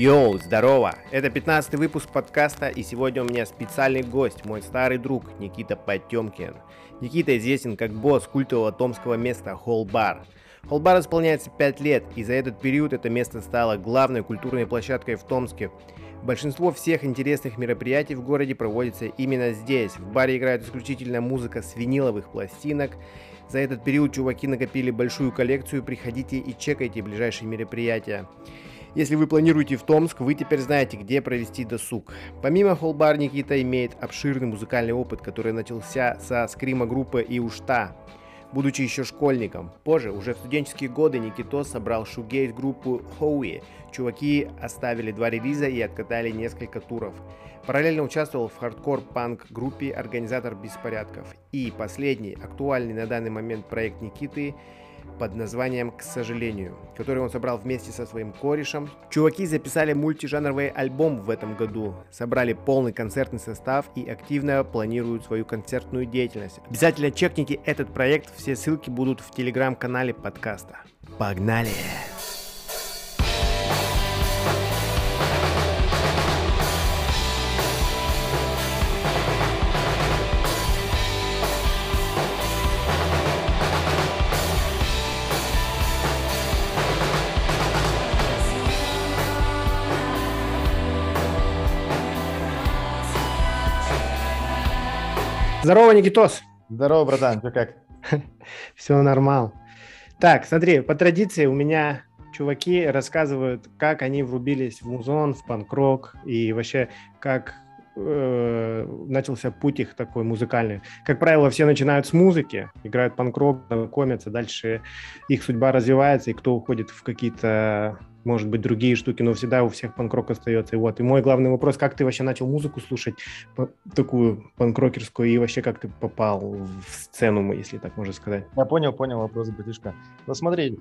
Йоу, здорово! Это 15-й выпуск подкаста, и сегодня у меня специальный гость, мой старый друг Никита Потемкин. Никита известен как босс культового томского места Холл-бар. Холл-бар исполняется 5 лет, и за этот период это место стало главной культурной площадкой в Томске. Большинство всех интересных мероприятий в городе проводится именно здесь. В баре играет исключительно музыка с виниловых пластинок. За этот период чуваки накопили большую коллекцию, приходите и чекайте ближайшие мероприятия. Если вы планируете в Томск, вы теперь знаете, где провести досуг. Помимо Холл-бар, Никита имеет обширный музыкальный опыт, который начался со скрима-группы «Иушта», будучи еще школьником. Позже, уже в студенческие годы, Никитос собрал шугейз-группу «Хоуи». Чуваки оставили 2 релиза и откатали несколько туров. Параллельно участвовал в хардкор-панк-группе «Организатор беспорядков». И последний, актуальный на данный момент проект Никиты под названием «К сожалению», который он собрал вместе со своим корешем. Чуваки записали мультижанровый альбом в этом году, собрали полный концертный состав и активно планируют свою концертную деятельность. Обязательно чекните этот проект, все ссылки будут в телеграм-канале подкаста. Погнали! Здорово, Никитос. Здорово, братан, ты как? Все нормально. Так, смотри, по традиции у меня чуваки рассказывают, как они врубились в музон, в панк-рок и вообще как начался путь их такой музыкальный. Как правило, все начинают с музыки, играют панк-рок, знакомятся, дальше их судьба развивается, и кто уходит в какие-то, может быть, другие штуки, но всегда у всех панк-рок остается. И мой главный вопрос, как ты вообще начал музыку слушать, такую панк-рокерскую, и вообще как ты попал в сцену, если так можно сказать? Я понял вопрос, братишка. Ну смотри,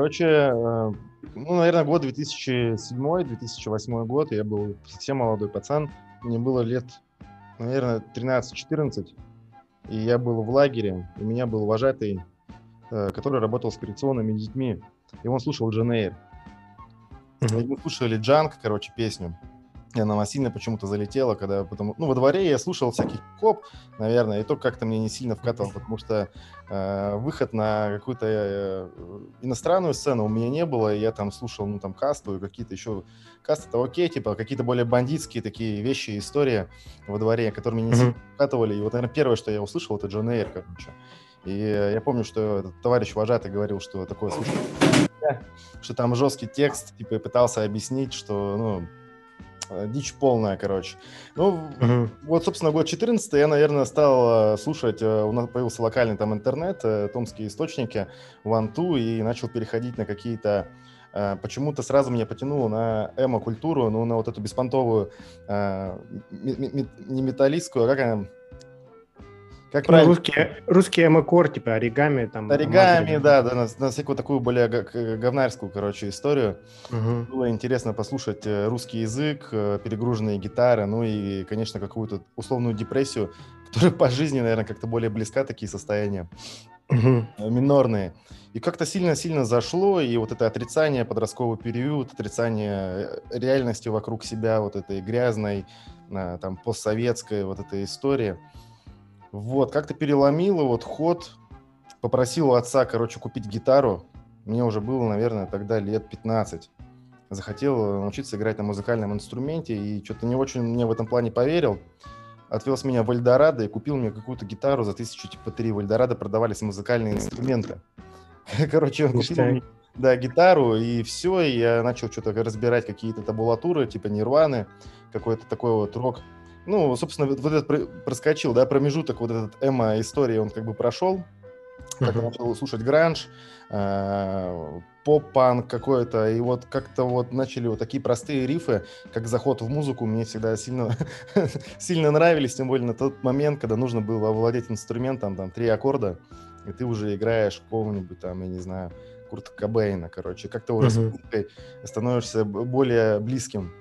наверное, год 2007-2008 год, я был совсем молодой пацан, мне было лет, наверное, 13-14, и я был в лагере, у меня был вожатый, который работал с коррекционными детьми, и он слушал Джейн Эйр. Мы слушали «Джанк», песню. И она сильно почему-то залетела, во дворе я слушал всякий хоп, наверное, и то как-то мне не сильно вкатывал, потому что выход на какую-то иностранную сцену у меня не было, и я там слушал, касту и какие-то еще... Касты-то окей, какие-то более бандитские такие вещи, истории во дворе, которые меня не сильно вкатывали. И наверное, первое, что я услышал, это Джейн Эйр, И я помню, что этот товарищ вожатый говорил, что такое слушал, что там жесткий текст, и пытался объяснить, что, дичь полная, собственно, год 14 я, наверное, стал слушать, у нас появился локальный там интернет, томские источники, One-Two, и начал переходить на какие-то, почему-то сразу меня потянуло на эмо-культуру, на вот эту беспонтовую, не металлистскую, как правильно? Русский эмо-кор, оригами. Оригами, да, на всякую такую более говнарскую, историю. Было интересно послушать русский язык, перегруженные гитары, и, конечно, какую-то условную депрессию, которая по жизни, наверное, как-то более близка, такие состояния минорные. И как-то сильно-сильно зашло, и вот это отрицание, подростковый период, отрицание реальности вокруг себя, вот этой грязной, там, постсоветской вот этой истории. Как-то переломило ход, попросил у отца, купить гитару. Мне уже было, наверное, тогда лет 15. Захотел научиться играть на музыкальном инструменте, и что-то не очень мне в этом плане поверил. Отвез меня в Эльдорадо и купил мне какую-то гитару за 1003. В Эльдорадо продавались музыкальные инструменты. Он купил мне, гитару, и все, и я начал что-то разбирать, какие-то табулатуры, типа Нирваны, какой-то такой рок. Собственно, этот проскочил, промежуток этот эмо-истории, он прошел. Как начал слушать гранж, поп-панк какой-то, и как-то начали такие простые рифы, как заход в музыку, мне всегда сильно, сильно нравились, тем более на тот момент, когда нужно было овладеть инструментом, 3 аккорда, и ты уже играешь какого-нибудь я не знаю, Курта Кобейна, как-то уже с музыкой становишься более близким.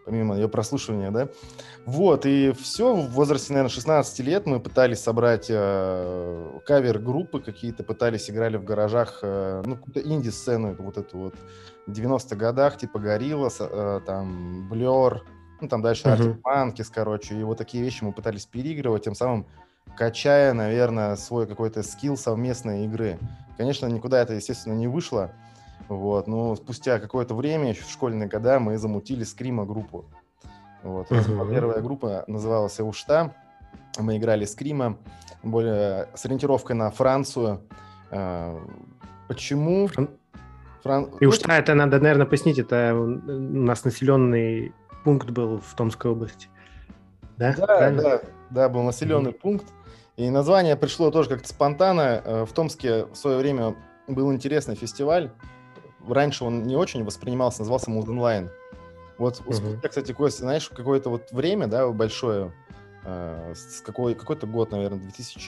помимо ее прослушивания, да. Вот, и все, в возрасте, наверное, 16 лет мы пытались собрать кавер-группы какие-то, пытались, играли в гаражах, какую-то инди-сцену, вот эту вот, в 90-х годах, типа Gorillaz, там, Blur, там дальше Arctic Monkeys, короче, и вот такие вещи мы пытались переигрывать, тем самым качая, наверное, свой какой-то скилл совместной игры. Конечно, никуда это, естественно, не вышло, вот, но спустя какое-то время, еще в школьные года, мы замутили скрима-группу. Вот. У нас была первая группа, называлась «Эушта». Мы играли скрима, более с ориентировкой на Францию. Почему? «Эушта» это надо, наверное, пояснить, это у нас населенный пункт был в Томской области. Да, был населенный пункт. И название пришло тоже как-то спонтанно. В Томске в свое время был интересный фестиваль. Раньше он не очень воспринимался, назывался «Музонлайн». Вот спустя, кстати, Костя, знаешь, какое-то вот время, да, большое, какой-то год, наверное,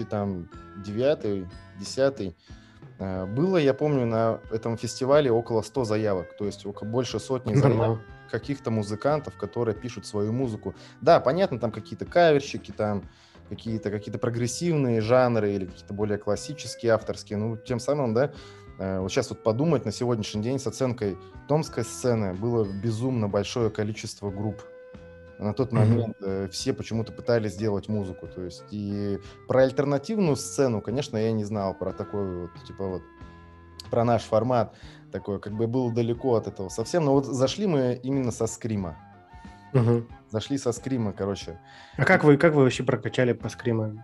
2009-2010, было, я помню, на этом фестивале около 100 заявок, то есть больше сотни заявок каких-то музыкантов, которые пишут свою музыку. Да, понятно, там какие-то каверщики, там какие-то прогрессивные жанры или какие-то более классические, авторские, ну, тем самым, да, вот сейчас вот подумать, на сегодняшний день с оценкой томской сцены было безумно большое количество групп. На тот момент все почему-то пытались сделать музыку. То есть и про альтернативную сцену, конечно, я не знал, про такой вот, типа вот, про наш формат. Такой, как бы был далеко от этого совсем. Но вот зашли мы именно со скрима. Зашли со скрима, короче. А как вы вообще прокачали по скриму?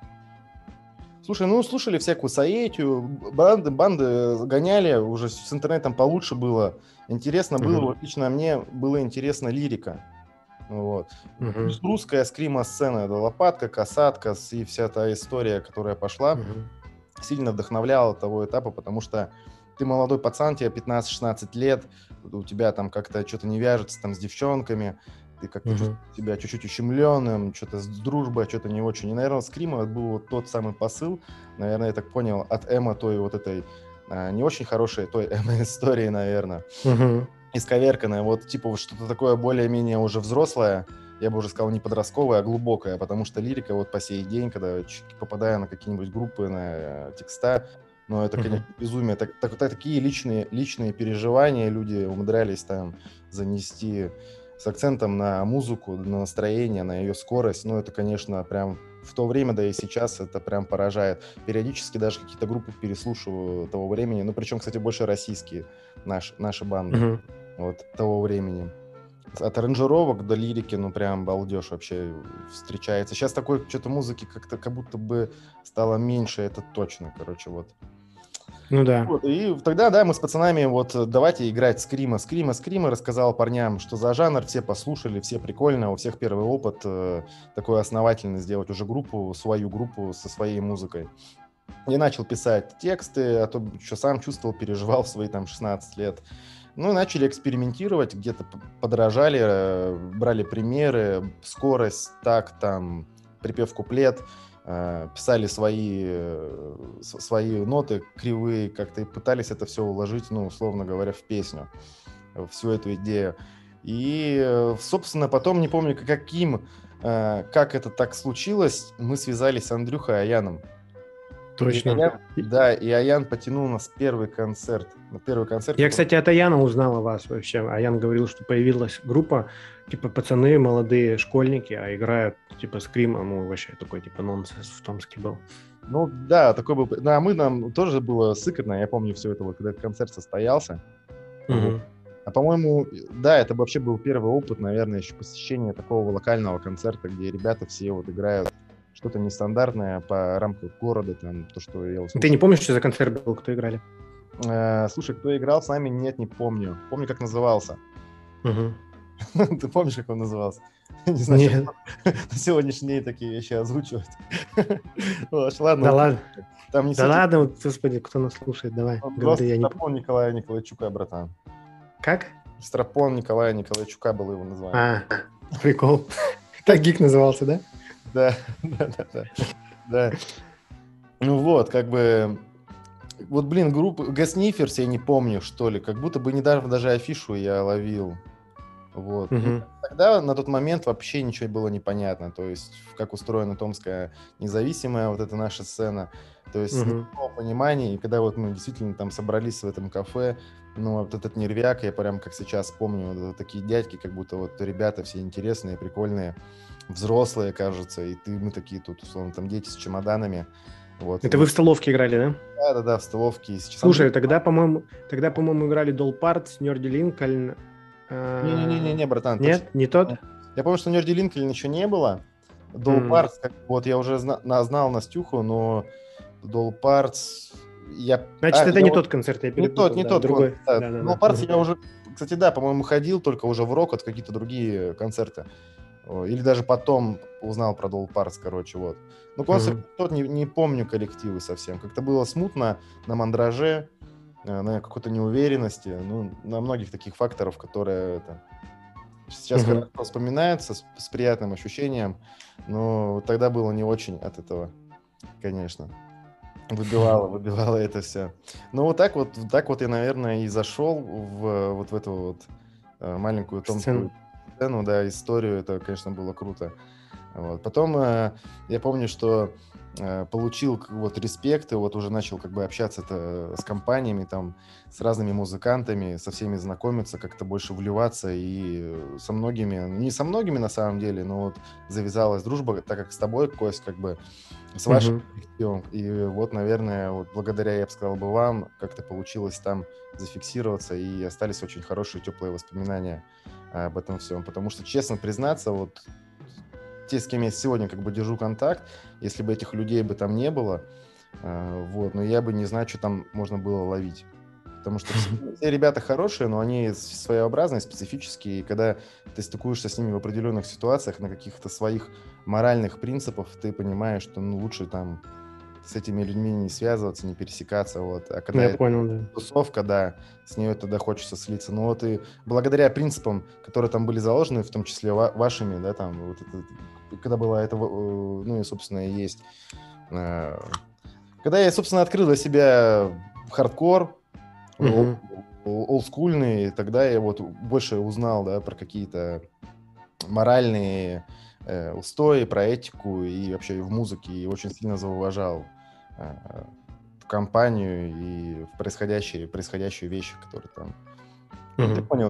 Слушай, слушали всякую соетию, банды гоняли, уже с интернетом получше было. Интересно было, вот лично мне было интересна лирика. Вот. Русская скрима-сцена, это лопатка, касатка и вся та история, которая пошла, сильно вдохновляла того этапа, потому что ты молодой пацан, тебе 15-16 лет, у тебя там как-то что-то не вяжется там с девчонками, ты как-то чувствуешь себя чуть-чуть ущемленным, что-то с дружбой, что-то не очень. И, наверное, скрима был вот тот самый посыл, наверное, я так понял, от Эма той вот этой не очень хорошей той Эма-истории, наверное, исковерканной. Вот типа вот что-то такое более-менее уже взрослое, я бы уже сказал, не подростковое, а глубокое, потому что лирика вот по сей день, когда попадая на какие-нибудь группы, на текста, ну, это, конечно, безумие. Такие личные переживания люди умудрялись там занести с акцентом на музыку, на настроение, на ее скорость. Ну, это, конечно, прям в то время, да и сейчас это прям поражает. Периодически даже какие-то группы переслушиваю того времени. Ну, причем, кстати, больше российские наши банды вот того времени. От аранжировок до лирики, ну, прям балдеж вообще встречается. Сейчас такой что-то музыки как-то как будто бы стало меньше, это точно, короче, вот. Ну да. Вот, и тогда, да, мы с пацанами вот давайте играть скрима, рассказал парням, что за жанр, все послушали, все прикольно, у всех первый опыт такой основательный сделать уже группу, свою группу со своей музыкой. Я начал писать тексты, а то, что сам чувствовал, переживал в свои там 16 лет. Ну и начали экспериментировать, где-то подражали, брали примеры, скорость, так, там, припев, куплет, писали свои ноты кривые, как-то и пытались это все уложить, ну, условно говоря, в песню, всю эту идею. И, собственно, потом, не помню, как это так случилось, мы связались с Андрюхой Аяном. Точно. И Аян потянул нас на первый концерт. Я, кстати, от Аяна узнал о вас вообще. Аян говорил, что появилась группа, типа пацаны, молодые школьники, а играют типа скрима, ну вообще такой типа нонсенс в Томске был. Ну да, такой был. Да, нам тоже было сыкотно, я помню все это, вот, когда этот концерт состоялся. А по-моему, да, это вообще был первый опыт, наверное, еще посещения такого локального концерта, где ребята все вот играют что-то нестандартное по рамкам города, там, то, что я услышал. Ты не помнишь, что за концерт был, кто играли? Слушай, кто играл с нами? Нет, не помню. Помню, как назывался. Ты помнишь, как он назывался? Не знаю, на сегодняшний день такие вещи озвучивать. Ладно. Да ладно. Да ладно, господи, кто нас слушает, давай. Стропон Николая Николайчука, братан. Как? Стропон Николая Николайчука было его название. Прикол. Так гик назывался, да? Да. Ну вот, как бы... Вот, блин, группа Гасниферс, я не помню, что ли. Как будто бы недавно даже афишу я ловил. Вот. Мгм. Тогда на тот момент вообще ничего было непонятно, то есть как устроена томская независимая вот эта наша сцена, то есть Мгм. никакого понимания, и когда вот мы действительно там собрались в этом кафе, ну вот этот нервяк, я прям как сейчас помню, вот такие дядьки, как будто вот ребята все интересные, прикольные, взрослые, кажется, и мы такие тут, условно, там дети с чемоданами, вот. Это вы в столовке играли, да? Да, в столовке. С Слушай, тогда, по-моему, играли Долпарт, Нерди Линкольн. Не-не-не, братан, точно. Нет, не тот? Я помню, что Нерди Линкольн еще не было. Дол М. Партс, вот я уже знал Настюху, но Дол Партс... Значит, это я не вот- тот концерт, я Не перепутал. тот, Да, другой. вот. Да. Да-да-да. Дол Партс Мгм. я уже... Кстати, да, по-моему, ходил только уже в рок, от какие-то другие концерты. Или даже потом узнал про Дол Партс, короче, вот. Ну, концерт Мгм. тот, не помню коллективы совсем. Как-то было смутно, на мандраже, на какой-то неуверенности, ну, на многих таких факторов, которые сейчас Мгм. хорошо вспоминается с приятным ощущением, но тогда было не очень от этого, конечно. Выбивало это все. Ну, так вот я, наверное, и зашел вот в эту вот маленькую Сцену. томскую сцену, да, историю. Это, конечно, было круто. Вот. Потом я помню, что получил вот респект, и вот уже начал как бы общаться с компаниями, там, с разными музыкантами, со всеми знакомиться, как-то больше вливаться, и со многими, не со многими на самом деле, но вот завязалась дружба, так как с тобой, Кость, как бы с вашим Мгм. коллективом. И вот, наверное, вот благодаря, я бы сказал бы, вам как-то получилось там зафиксироваться, и остались очень хорошие, теплые воспоминания об этом всем. Потому что, честно признаться, вот те, с кем я сегодня как бы держу контакт, если бы этих людей бы там не было, вот, но я бы не знаю, что там можно было ловить. Потому что все ребята хорошие, но они своеобразные, специфические, и когда ты стыкуешься с ними в определенных ситуациях, на каких-то своих моральных принципах, ты понимаешь, что ну, лучше там с этими людьми не связываться, не пересекаться, вот. А когда Я это понял, да. тусовка, да, с нее тогда хочется слиться. Ну вот и благодаря принципам, которые там были заложены, в том числе вашими, да, там, вот это, когда была это, ну и, собственно, и есть. э, Когда я, собственно, открыл для себя хардкор, Мгм. олдскульный, тогда я вот больше узнал, да, про какие-то моральные устои, про этику и вообще в музыке, и очень сильно зауважал э, компанию и в происходящие вещи, которые там. Ну, ты Мгм. понял.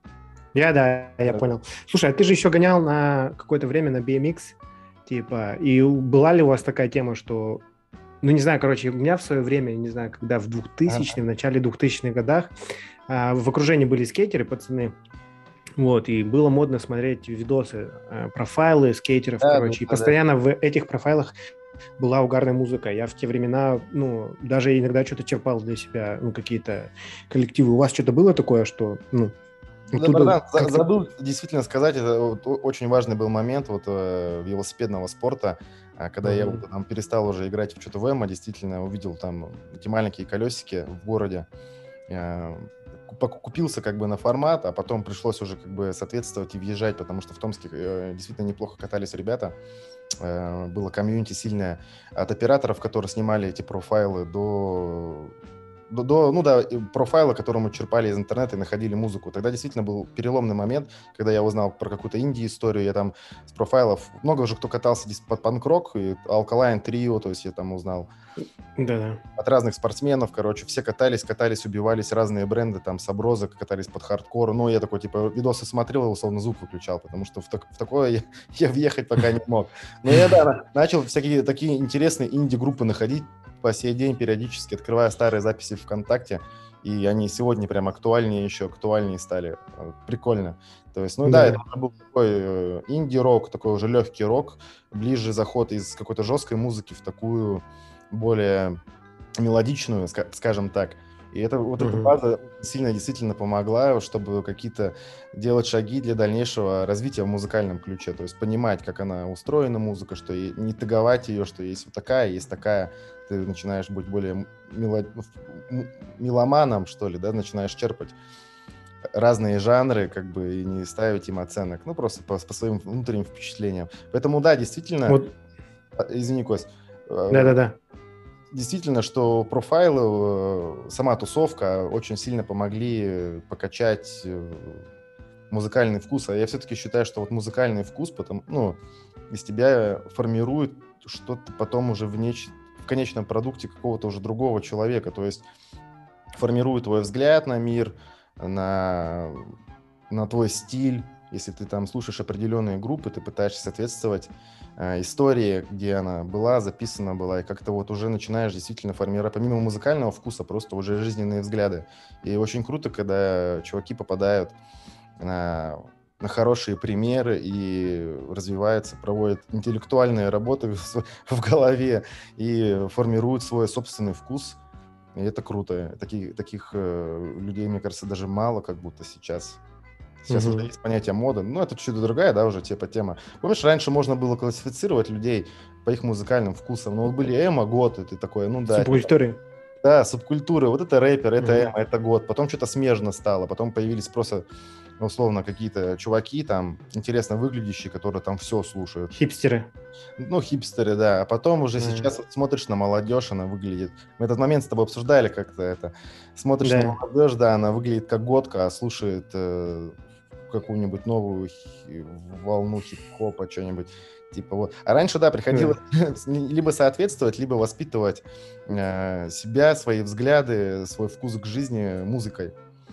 Я Да. понял. Слушай, а ты же еще гонял на какое-то время на BMX, типа, и была ли у вас такая тема, что, ну, не знаю, короче, у меня в свое время, не знаю, когда в 2000-х, в начале 2000-х годах в окружении были скейтеры, пацаны, вот, и было модно смотреть видосы, профайлы скейтеров, Да, да, короче, и да, да. постоянно в этих профайлах была угарная музыка. Я в те времена, ну, даже иногда что-то черпал для себя, ну, какие-то коллективы. У вас что-то было такое, что, ну, Да, оттуда братан, как-то... забыл действительно сказать, это вот очень важный был момент вот велосипедного спорта, когда я вот Мгм. там перестал уже играть в что-то в эмо, действительно увидел там эти маленькие колесики в городе, э, купился как бы на формат, а потом пришлось уже как бы соответствовать и въезжать, потому что в Томске действительно неплохо катались ребята, было комьюнити сильное от операторов, которые снимали эти профайлы, ну да, профайла, которые мы черпали из интернета и находили музыку. Тогда действительно был переломный момент, когда я узнал про какую-то инди-историю. Я там с профайлов... Много уже кто катался здесь под панк-рок, и Alkaline Trio, то есть я там узнал Да-да. от разных спортсменов, короче, все катались, убивались, разные бренды, там, с оброзок, катались под хардкор. Ну, я такой, типа, видосы смотрел, и условно звук выключал, потому что в такое я въехать пока не мог. Но я, да, начал всякие такие интересные инди-группы находить по сей день периодически, открывая старые записи ВКонтакте, и они сегодня прям еще актуальнее стали. Прикольно. То есть, ну да, это Да. уже был такой инди-рок, такой уже легкий рок, ближе заход из какой-то жесткой музыки в такую более мелодичную, скажем так. И это вот эта Мгм. база сильно действительно помогла, чтобы какие-то делать шаги для дальнейшего развития в музыкальном ключе. То есть понимать, как она устроена, музыка, что не таговать ее, что есть вот такая, есть такая. Ты начинаешь быть более меломаном, что ли, да, начинаешь черпать разные жанры, как бы, и не ставить им оценок. Ну, просто по своим внутренним впечатлениям. Поэтому, да, действительно, Вот, извини, Кость, да-да-да. действительно, что профайлы, сама тусовка очень сильно помогли покачать музыкальный вкус. А я все-таки считаю, что вот музыкальный вкус из тебя формирует что-то потом уже в конечном продукте какого-то уже другого человека. То есть формирует твой взгляд на мир, на твой стиль. Если ты там слушаешь определенные группы, ты пытаешься соответствовать истории, где она была, записана была, и как-то вот уже начинаешь действительно формировать, помимо музыкального вкуса, просто уже жизненные взгляды. И очень круто, когда чуваки попадают на хорошие примеры и развиваются, проводят интеллектуальные работы в голове и формируют свой собственный вкус. И это круто. Таких людей, мне кажется, даже мало как будто сейчас. Сейчас уже есть понятие мода. Ну, это чуть-чуть другая, да, уже тема. Помнишь, раньше можно было классифицировать людей по их музыкальным вкусам. Ну, вот были эмо, гот, и ты такой, ну да. Субкультуры. Да, субкультуры. Вот это рэпер, это эмо, это гот. Потом что-то смежно стало. Потом появились просто, условно, какие-то чуваки там, интересно выглядящие, которые там все слушают. Хипстеры. Ну, хипстеры, да. А потом уже сейчас вот смотришь на молодежь, она выглядит... Мы этот момент с тобой обсуждали как-то это. Смотришь на молодежь, да, она выглядит как готка, а слушает какую-нибудь новую волну хип-хопа, что-нибудь. Типа вот. А раньше, да, приходилось либо соответствовать, либо воспитывать себя, свои взгляды, свой вкус к жизни музыкой.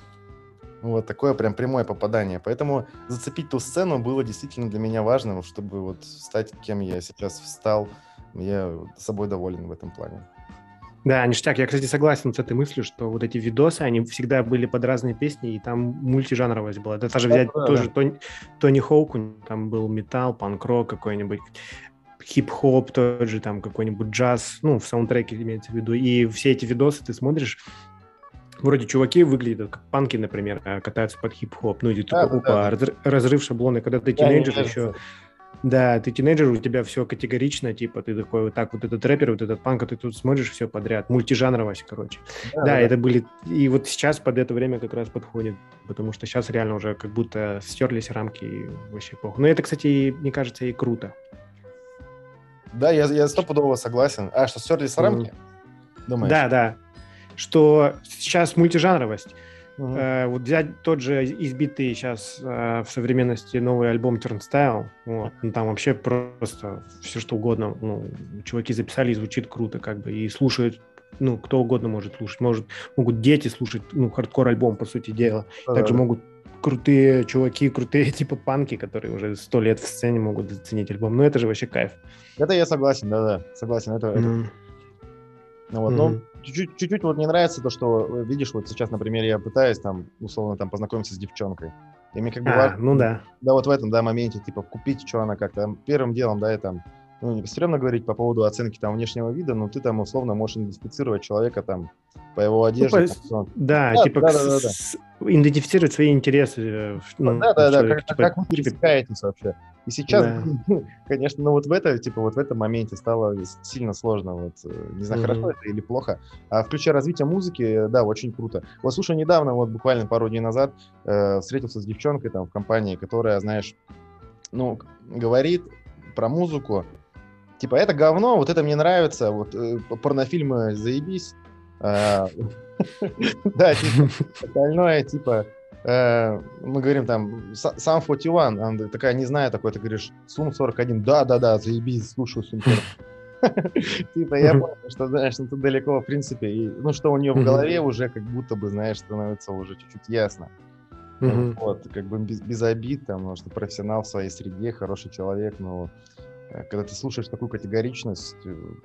Вот такое прям прямое попадание. Поэтому зацепить ту сцену было действительно для меня важным, чтобы вот стать кем я сейчас стал. Я собой доволен в этом плане. Да, ништяк. Я, кстати, согласен с этой мыслью, что вот эти видосы, они всегда были под разные песни, и там мультижанровость была. Это даже взять тоже Тони Хоук, там был металл, панк-рок какой-нибудь, хип-хоп тот же, там какой-нибудь джаз, ну, в саундтреке имеется в виду. И все эти видосы ты смотришь, вроде чуваки выглядят как панки, например, катаются под хип-хоп. Ну, и ты такой, опа, разрыв шаблона. Когда ты тинейджер еще... Да, ты тинейджер, у тебя все категорично, типа, ты такой, вот так, вот этот рэпер, вот этот панк, а ты тут смотришь все подряд, мультижанровость, короче. Да, это были, и вот сейчас под это время как раз подходит, потому что сейчас реально уже как будто стерлись рамки, и вообще плохо. Но это, кстати, мне кажется, и круто. Да, я стопудово согласен. А, что стерлись рамки? Думаешь? Да, что сейчас мультижанровость. Вот взять тот же избитый сейчас в современности новый альбом Turnstile, вот, ну, там вообще просто все что угодно, ну, чуваки записали и звучит круто, как бы, и слушают, ну, кто угодно может слушать, могут дети слушать, ну, хардкор-альбом, по сути дела, также могут крутые чуваки, крутые типа панки, которые уже 100 лет в сцене могут заценить альбом, ну, это же вообще кайф. Это я согласен, да, согласен, это... Ну, вот, но чуть-чуть вот не нравится то, что, видишь, вот сейчас, например, я пытаюсь там, условно, там познакомиться с девчонкой. И мне как бы важно, да, вот в этом, да, моменте, типа, купить, что она как-то, первым делом, да, и там, ну, не стрёмно говорить по поводу оценки там внешнего вида, но ты там, условно, можешь идентифицировать человека там по его одежде. Идентифицировать свои интересы. Как вы пересекаетесь вообще. И сейчас, конечно, ну вот в этом моменте стало сильно сложно. Вот, не знаю, хорошо это или плохо. А в ключе развития музыки, да, очень круто. Вот, слушай, недавно, вот буквально пару дней назад, встретился с девчонкой там в компании, которая, знаешь, ну, говорит про музыку. Типа, это говно, вот это мне нравится, вот порнофильмы заебись. Да, типа, остальное, типа, мы говорим там, Sum 41, она такая, не знаю, такой, ты говоришь, Sum 41, да, заебись, слушаю Sum 41. Типа, я понял, что, знаешь, тут далеко, в принципе, и, ну, что у нее в голове уже как будто бы, знаешь, становится уже чуть-чуть ясно. Вот, как бы без обид, там, что профессионал в своей среде, хороший человек, но когда ты слушаешь такую категоричность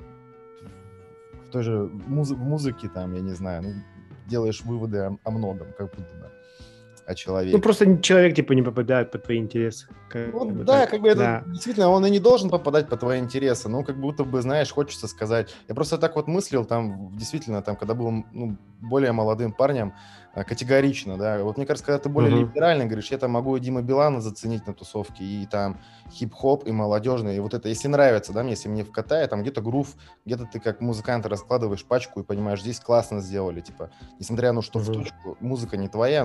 в той же музыке, там, я не знаю, ну, делаешь выводы о многом, как будто бы, о человеке. Ну, просто человек, типа, не попадает под твои интересы. Да, как бы это действительно, он и не должен попадать под твои интересы, но как будто бы, знаешь, хочется сказать. Я просто так вот мыслил, там, действительно, там, когда был, ну, более молодым парнем, категорично, да. Вот мне кажется, когда ты более либерально говоришь, я там могу и Дима Билана заценить на тусовке, и там хип-хоп, и молодежный, и вот это, если нравится, да, мне, если мне вкатает, там где-то грув, где-то ты как музыкант раскладываешь пачку и понимаешь, здесь классно сделали, типа, несмотря на что в точку, музыка не твоя, но тут вот прикольно, короче. Он так вот классно сыграл, сбивка здесь балдежная, в целом,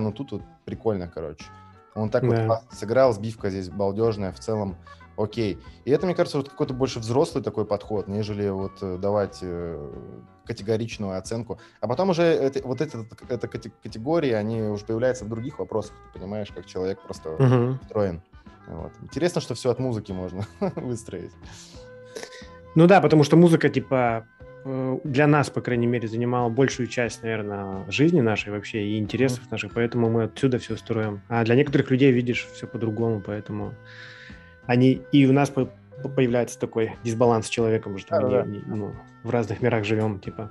окей. И это, мне кажется, вот какой-то больше взрослый такой подход, нежели вот давать категоричную оценку. А потом уже эта категории, они уже появляются в других вопросах, ты понимаешь, как человек просто устроен. Вот. Интересно, что все от музыки можно выстроить. Ну да, потому что музыка, типа, для нас, по крайней мере, занимала большую часть, наверное, жизни нашей вообще и интересов наших, поэтому мы отсюда все строим. А для некоторых людей, видишь, все по-другому, поэтому они... И у нас появляется такой дисбаланс с человеком, что мы в разных мирах живем, типа.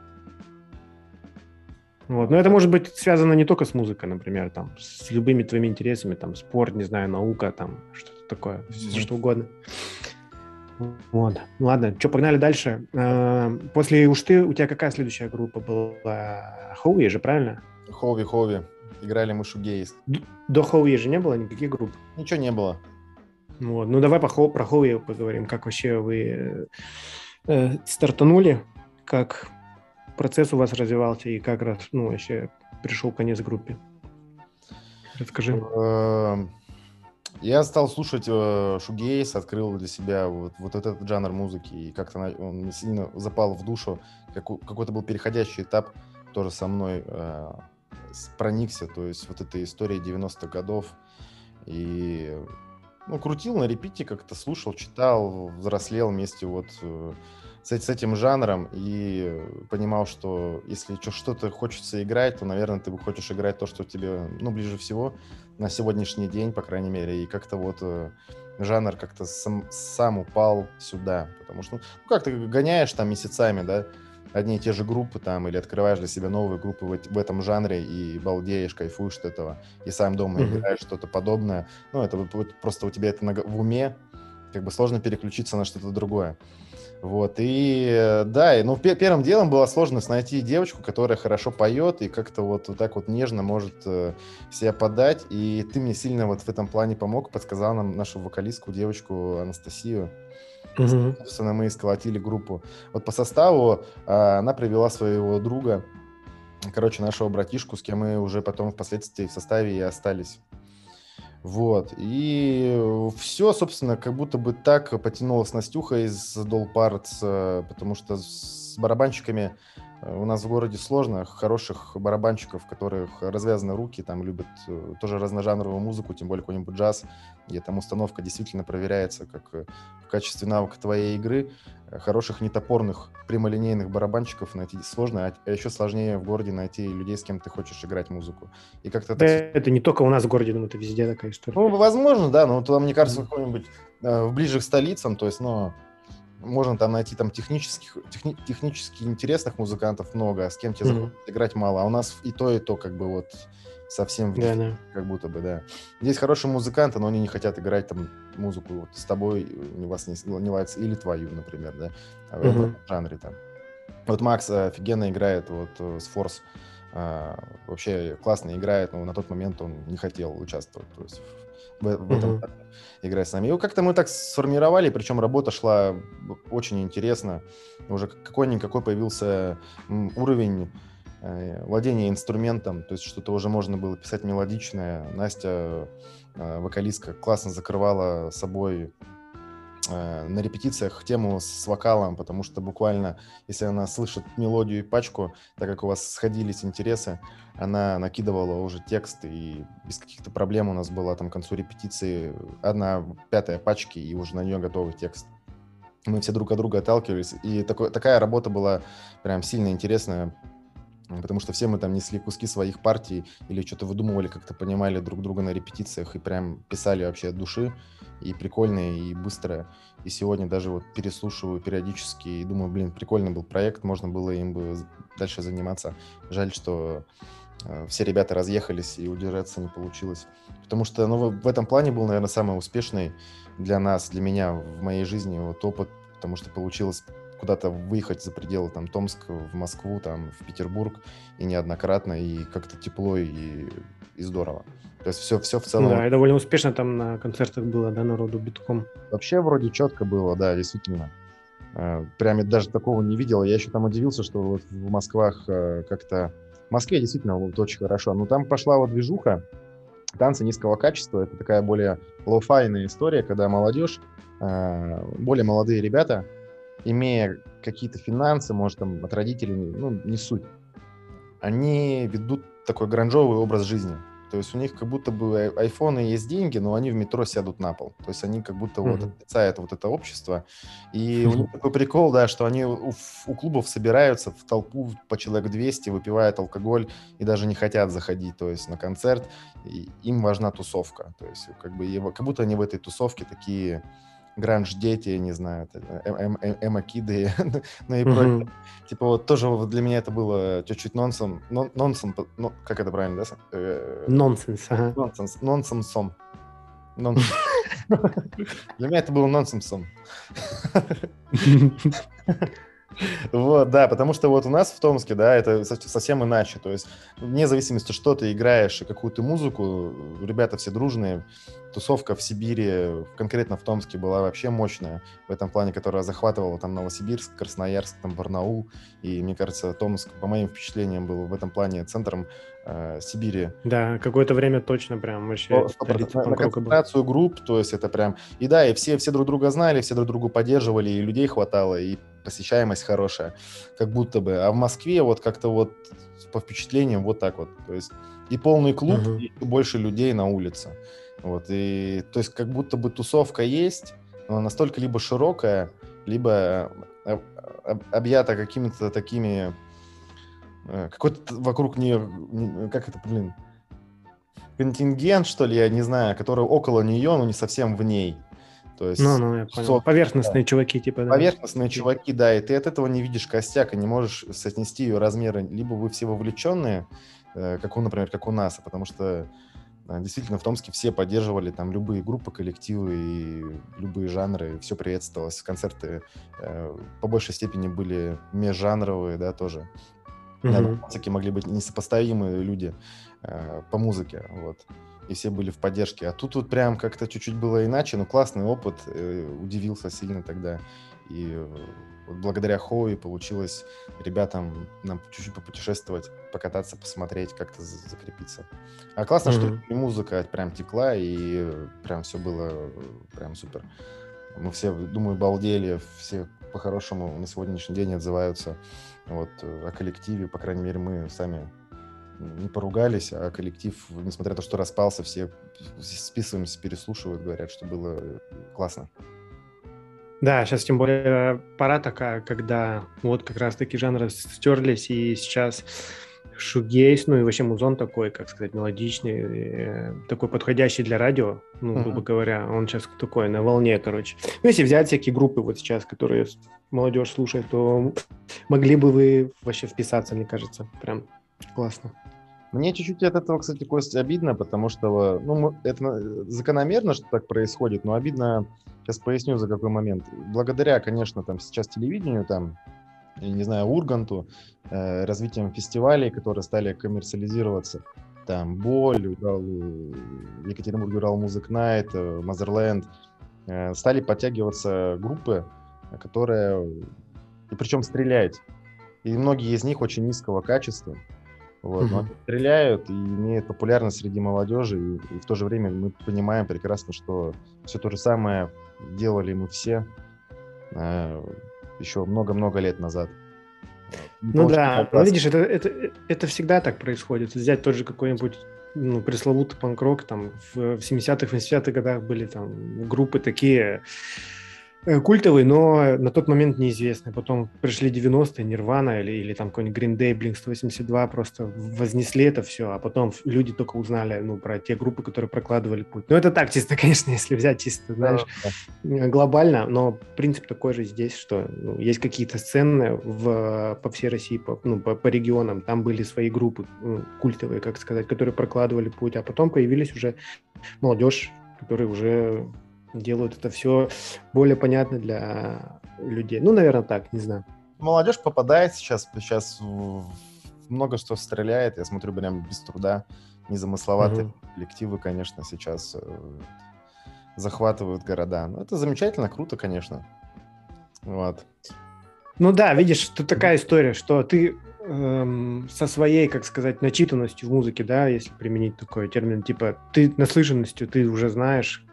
Вот. Но это может быть связано не только с музыкой, например, там, с любыми твоими интересами, там, спорт, не знаю, наука, там, что-то такое, все что угодно. Вот. Ладно, что, погнали дальше. После Ушты у тебя какая следующая группа была? Хоуи же, правильно? Хоуи. Играли мы шугейз. До Хоуи же не было никаких групп? Ничего не было. Вот. Ну, давай про Хоуи поговорим. Как вообще вы стартанули? Как процесс у вас развивался и как вообще пришел конец группе? Расскажи. Я стал слушать шугейз, открыл для себя вот этот жанр музыки, и как-то он сильно запал в душу. Какой-то был переходящий этап тоже со мной проникся, то есть вот эта история 90-х годов. И крутил на репите, как-то слушал, читал, взрослел вместе вот с этим жанром и понимал, что если что-то хочется играть, то, наверное, ты хочешь играть то, что тебе, ближе всего на сегодняшний день, по крайней мере, и как-то вот жанр как-то сам упал сюда, потому что, как ты гоняешь там месяцами, да, одни и те же группы там, или открываешь для себя новые группы в этом жанре и балдеешь, кайфуешь от этого, и сам дома играешь что-то подобное, это просто у тебя это в уме, как бы сложно переключиться на что-то другое. Вот, и да, первым делом была сложность найти девочку, которая хорошо поет и как-то вот так вот нежно может себя подать, и ты мне сильно вот в этом плане помог, подсказал нам нашу вокалистку, девочку Анастасию. Собственно, мы сколотили группу. Вот по составу она привела своего друга, нашего братишку, с кем мы уже потом впоследствии в составе и остались. Вот, и все, собственно, как будто бы так потянулась Настюха из Doll Parts, потому что с барабанщиками у нас в городе сложно, хороших барабанщиков, у которых развязаны руки, там любят тоже разножанровую музыку, тем более какой-нибудь джаз, где там установка действительно проверяется как в качестве навыка твоей игры. Хороших нетопорных прямолинейных барабанщиков найти сложно, а еще сложнее в городе найти людей, с кем ты хочешь играть музыку. И как-то да, это не только у нас в городе, думаю, это везде такая история. Возможно, да, но туда, мне кажется, какой-нибудь ближе к столицам, то есть, можно там найти там технически интересных музыкантов много, а с кем тебе захочется играть мало. А у нас и то, как бы вот совсем как будто бы, да. Здесь хорошие музыканты, но они не хотят играть там музыку вот с тобой, у вас не ладится, или твою, например, да, в этом жанре там. Вот Макс офигенно играет вот с Force, вообще классно играет, но на тот момент он не хотел участвовать, то есть в этом играть с нами. И как-то мы так сформировали, причем работа шла очень интересно. Уже какой-никакой появился уровень владения инструментом, то есть что-то уже можно было писать мелодичное. Настя, вокалистка, классно закрывала собой на репетициях тему с вокалом, потому что буквально, если она слышит мелодию и пачку, так как у вас сходились интересы, она накидывала уже текст, и без каких-то проблем у нас была там к концу репетиции 1/5 пачки, и уже на нее готовый текст. Мы все друг от друга отталкивались, и такая работа была прям сильно интересная, потому что все мы там несли куски своих партий или что-то выдумывали, как-то понимали друг друга на репетициях и прям писали вообще от души, и прикольное, и быстрое. И сегодня даже вот переслушиваю периодически и думаю, прикольный был проект, можно было им бы дальше заниматься. Жаль, что все ребята разъехались и удержаться не получилось. Потому что в этом плане был, наверное, самый успешный для нас, для меня в моей жизни вот опыт, потому что получилось куда-то выехать за пределы там Томска, в Москву, там в Петербург, и неоднократно, и как-то тепло и здорово. То есть все в целом... Да, и довольно успешно там на концертах было, да, народу битком. Вообще вроде четко было, да, действительно. Прям я даже такого не видел. Я еще там удивился, что вот в Москвах как-то... В Москве действительно вот очень хорошо. Но там пошла вот движуха танцы низкого качества. Это такая более лоу-файная история, когда молодежь, более молодые ребята, имея какие-то финансы, может, там, от родителей, ну, не суть, они ведут такой гранжовый образ жизни. То есть у них как будто бы айфоны есть деньги, но они в метро сядут на пол. То есть они как будто вот отрицают вот это общество. И у них такой прикол, да, что они у клубов собираются в толпу по человек 200, выпивают алкоголь и даже не хотят заходить, то есть на концерт. И им важна тусовка. То есть как будто они в этой тусовке такие гранж-дети, я не знаю, эмо-киды, ну и прочее. Типа вот тоже для меня это было чуть-чуть нонсенс, как это правильно, да? Нонсенс, ага. Нонсенсом. Для меня это было нонсенсом. Вот, да, потому что вот у нас в Томске, да, это совсем иначе, то есть вне зависимости, что ты играешь и какую ты музыку, ребята все дружные, тусовка в Сибири, конкретно в Томске, была вообще мощная в этом плане, которая захватывала там Новосибирск, Красноярск, там Барнаул, и мне кажется, Томск, по моим впечатлениям, был в этом плане центром Сибири. Да, какое-то время точно прям вообще на концентрацию групп, то есть это прям, и да, и все друг друга знали, все друг другу поддерживали, и людей хватало, и посещаемость хорошая, как будто бы. А в Москве вот как-то вот по впечатлениям вот так вот. То есть и полный клуб, и больше людей на улице. Вот, и то есть как будто бы тусовка есть, но настолько либо широкая, либо объята какими-то такими... Какой-то вокруг нее... Как это, блин? Контингент, что ли, я не знаю, который около нее, но не совсем в ней. То есть, я понял. Поверхностные чуваки, типа, да. Поверхностные чуваки, да, и ты от этого не видишь костяк и не можешь соотнести ее размеры. Либо вы все вовлеченные, например, как у нас, потому что действительно в Томске все поддерживали там любые группы, коллективы и любые жанры, все приветствовалось. Концерты по большей степени были межжанровые, да, тоже. На музыке могли быть несопоставимые люди по музыке, вот. И все были в поддержке. А тут вот прям как-то чуть-чуть было иначе, но классный опыт, удивился сильно тогда. И вот благодаря Хоуи получилось ребятам нам чуть-чуть попутешествовать, покататься, посмотреть, как-то закрепиться. А классно, что и музыка прям текла, и прям все было прям супер. Мы все, думаю, балдели, все по-хорошему на сегодняшний день отзываются вот о коллективе, по крайней мере, мы сами не поругались, а коллектив, несмотря на то, что распался, все списываемся, переслушивают, говорят, что было классно. Да, сейчас тем более пора такая, когда вот как раз таки жанры стерлись, и сейчас шугейс, ну и вообще музон такой, как сказать, мелодичный, такой подходящий для радио, ну, грубо говоря, он сейчас такой на волне, короче. Ну, если взять всякие группы вот сейчас, которые молодежь слушает, то могли бы вы вообще вписаться, мне кажется, прям классно. Мне чуть-чуть от этого, кстати, Костя, обидно, потому что, ну, это закономерно, что так происходит, но обидно, сейчас поясню, за какой момент. Благодаря, конечно, там сейчас телевидению, там, я не знаю, Урганту, развитием фестивалей, которые стали коммерциализироваться, там, Боль, Екатеринбург Урал Музык Найт, Мазерленд, стали подтягиваться группы, которые, и причем стрелять. И многие из них очень низкого качества. Вот, но они стреляют и имеют популярность среди молодежи, и в то же время мы понимаем прекрасно, что все то же самое делали мы все еще много-много лет назад. Ну да, но видишь, это всегда так происходит. Взять тот же какой-нибудь пресловутый панк-рок, там в 70-х, 80-х годах были там группы такие культовые, но на тот момент неизвестные. Потом пришли 90-е, Нирвана или там какой-нибудь Green Day, Blink-182 просто вознесли это все, а потом люди только узнали, ну, про те группы, которые прокладывали путь. Ну, это так чисто, конечно, если взять чисто, знаешь, глобально, но принцип такой же здесь, что есть какие-то сцены по всей России, по регионам, там были свои группы культовые, как сказать, которые прокладывали путь, а потом появились уже молодежь, которые уже делают это все более понятно для людей. Ну, наверное, так, не знаю. Молодежь попадает сейчас много что стреляет, я смотрю, прям без труда. Незамысловатые коллективы, конечно, сейчас захватывают города. Ну, это замечательно, круто, конечно. Вот. Ну да, видишь, тут такая история, что ты со своей, как сказать, начитанностью в музыке, да, если применить такой термин, типа ты наслышанностью, ты уже знаешь,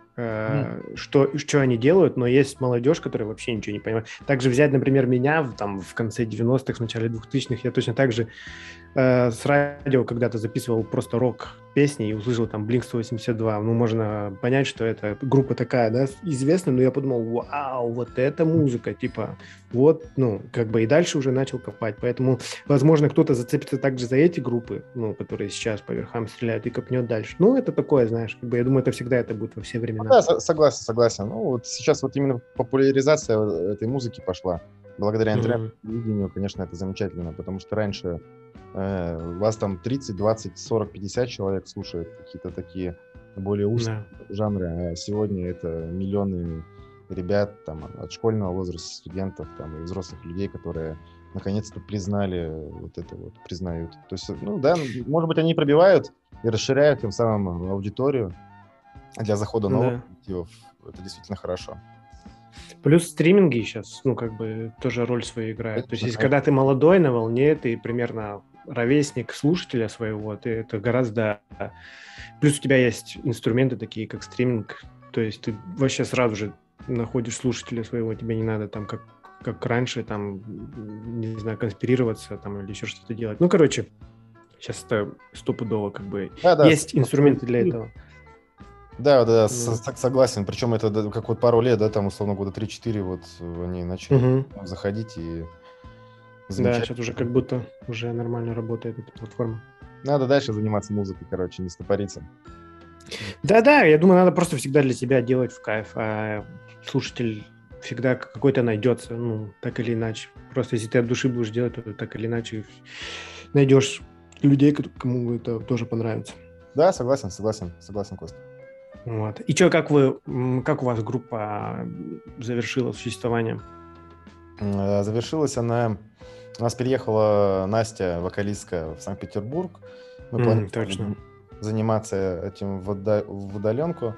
что они делают, но есть молодежь, которая вообще ничего не понимает. Также взять, например, меня там в конце 90-х, в начале 2000-х, я точно так же с радио когда-то записывал просто рок-песни и услышал там Blink-182. Ну, можно понять, что это группа такая, да, известная, но я подумал, вау, вот эта музыка, типа, вот, ну, как бы и дальше уже начал копать. Поэтому, возможно, кто-то зацепится также за эти группы, ну, которые сейчас по верхам стреляют и копнет дальше. Ну, это такое, знаешь, как бы, я думаю, это всегда это будет во все времена. Да, согласен. Ну, вот сейчас вот именно популяризация этой музыки пошла. Благодаря интернет-видению, конечно, это замечательно, потому что раньше вас там 30, 20, 40, 50 человек слушают какие-то такие более узкие жанры, а сегодня это миллионы ребят там, от школьного возраста, студентов там, и взрослых людей, которые наконец-то признали вот это вот, признают. То есть, ну да, может быть, они пробивают и расширяют тем самым аудиторию для захода новых коллективов. Это действительно хорошо. Плюс стриминги сейчас, ну, как бы, тоже роль свою играют. То есть, если когда ты молодой, на волне, ты примерно ровесник слушателя своего, ты это гораздо... Плюс у тебя есть инструменты такие, как стриминг, то есть ты вообще сразу же находишь слушателя своего, тебе не надо там, как раньше, там, не знаю, конспирироваться там или еще что-то делать. Ну, короче, сейчас это стопудово, как бы, есть инструменты для этого. Да, согласен. Причем это как вот пару лет, да, там, условно, года 3-4 вот они начали заходить и... Да, сейчас уже как будто уже нормально работает эта платформа. Надо дальше заниматься музыкой, короче, не стопориться. Да, я думаю, надо просто всегда для себя делать в кайф, а слушатель всегда какой-то найдется, ну, так или иначе. Просто если ты от души будешь делать, то так или иначе найдешь людей, кому это тоже понравится. Да, согласен, Костя. Вот. И что, как у вас группа завершила существование? Завершилась она... У нас переехала Настя, вокалистка, в Санкт-Петербург. Мы планируем заниматься этим в удаленку.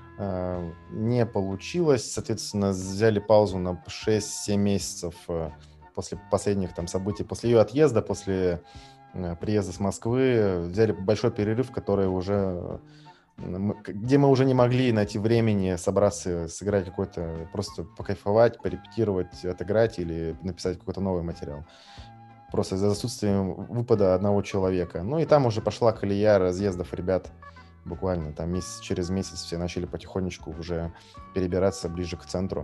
Не получилось. Соответственно, взяли паузу на 6-7 месяцев после последних там событий. После ее отъезда, после приезда с Москвы, взяли большой перерыв, который уже... где мы уже не могли найти времени собраться, сыграть какой-то, просто покайфовать, порепетировать, отыграть или написать какой-то новый материал. Просто из-за отсутствия выпада одного человека. Ну и там уже пошла колея разъездов ребят. Буквально там через месяц все начали потихонечку уже перебираться ближе к центру.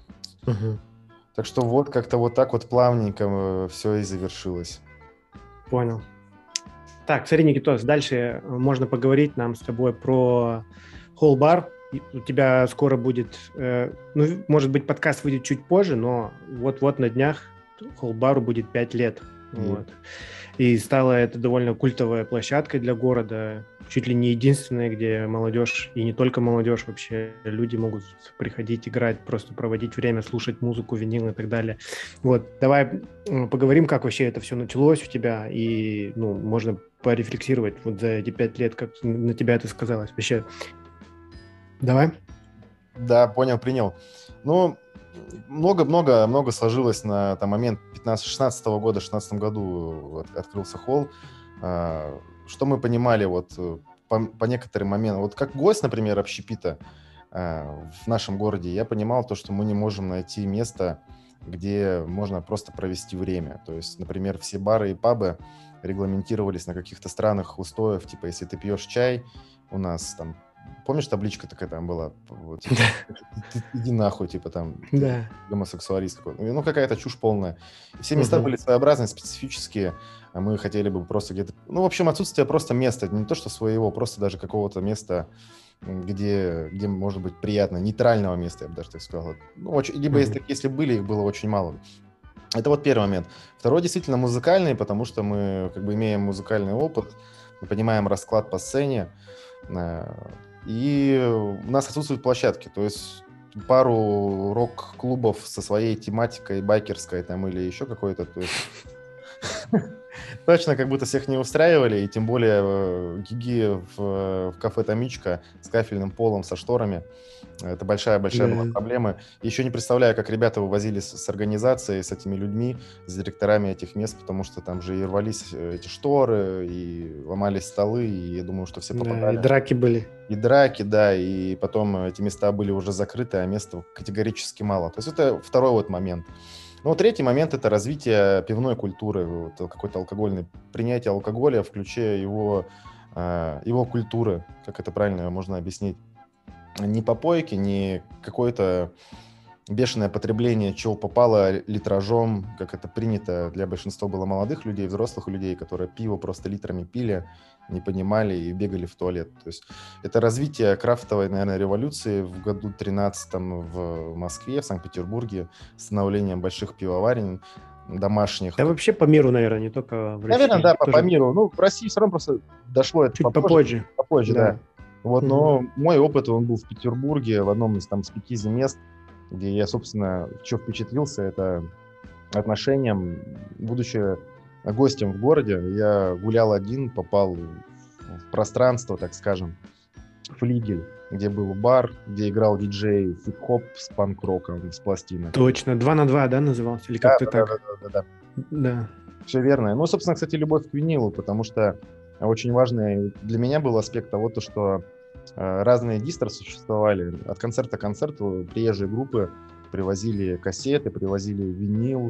Так что вот как-то вот так вот плавненько все и завершилось. Понял. Так, смотри, Никитос, дальше можно поговорить нам с тобой про Whole Bar. У тебя скоро будет, ну, может быть, подкаст выйдет чуть позже, но вот-вот на днях Whole Bar будет 5 лет. Вот. И стала это довольно культовая площадка для города, чуть ли не единственная, где молодежь, и не только молодежь вообще, люди могут приходить, играть, просто проводить время, слушать музыку, винил и так далее. Вот, давай поговорим, как вообще это все началось у тебя, и, ну, можно порефлексировать вот за эти 5 лет, как на тебя это сказалось вообще. Давай. Да, понял, принял. Ну, много сложилось на там, момент 15-16 года. В 16 году открылся холл. Что мы понимали вот по некоторым моментам. Вот как гость, например, общепита в нашем городе, я понимал то, что мы не можем найти место, где можно просто провести время. То есть, например, все бары и пабы регламентировались на каких-то странных устоях. Типа, если ты пьешь чай, у нас там... Помнишь, табличка такая там была? Вот, типа, иди нахуй, типа там гомосексуалист какой-то. Ну, какая-то чушь полная. Все места были своеобразные, специфические. А мы хотели бы просто где-то... Ну, в общем, отсутствие просто места. Не то, что своего, просто даже какого-то места, где может быть приятно. Нейтрального места, я бы даже так сказал. Ну, либо если были, их было очень мало. Это вот первый момент. Второй действительно музыкальный, потому что мы как бы имеем музыкальный опыт, мы понимаем расклад по сцене. И у нас отсутствуют площадки, то есть пару рок-клубов со своей тематикой байкерской там или еще какой-то, то есть Точно, как будто всех не устраивали, и тем более гиги в кафе «Томичка» с кафельным полом, со шторами. Это большая-большая была Да. проблема. Еще не представляю, как ребята вывозили с организацией, с этими людьми, с директорами этих мест, потому что там же и рвались эти шторы, и ломались столы, и я думаю, что все Да, и попадали. драки были. И драки, да, и потом эти места были уже закрыты, а места категорически мало. То есть это второй вот момент. Ну, третий момент – это развитие пивной культуры, вот, какой-то алкогольный, принятие алкоголя, включая его культуры, как это правильно можно объяснить. Не попойки, не какое-то бешеное потребление, чего попало литражом, как это принято для большинства было молодых людей, взрослых людей, которые пиво просто литрами пили, не понимали и бегали в туалет. То есть это развитие крафтовой, наверное, революции в году 13-м в Москве, в Санкт-Петербурге, становлением больших пивоварен домашних. Да вообще по миру, наверное, не только в России. Наверное, да, по Тоже миру. Ну, в России все равно просто дошло это чуть попозже. попозже, да. Вот, Мгм. но мой опыт, он был в Петербурге, в одном из там спикизи мест, где я, собственно, что впечатлился, это отношением, будучи гостем в городе, я гулял один, попал в пространство, так скажем, флигель, где был бар, где играл диджей хип-хоп с панк-роком, с пластинок. Точно. 2 на 2, да, назывался? Или как-то так? Да. Да. Все верно. Ну, собственно, кстати, любовь к винилу, потому что очень важный для меня был аспект того, то, что разные дистры существовали. От концерта к концерту приезжие группы привозили кассеты, привозили винил,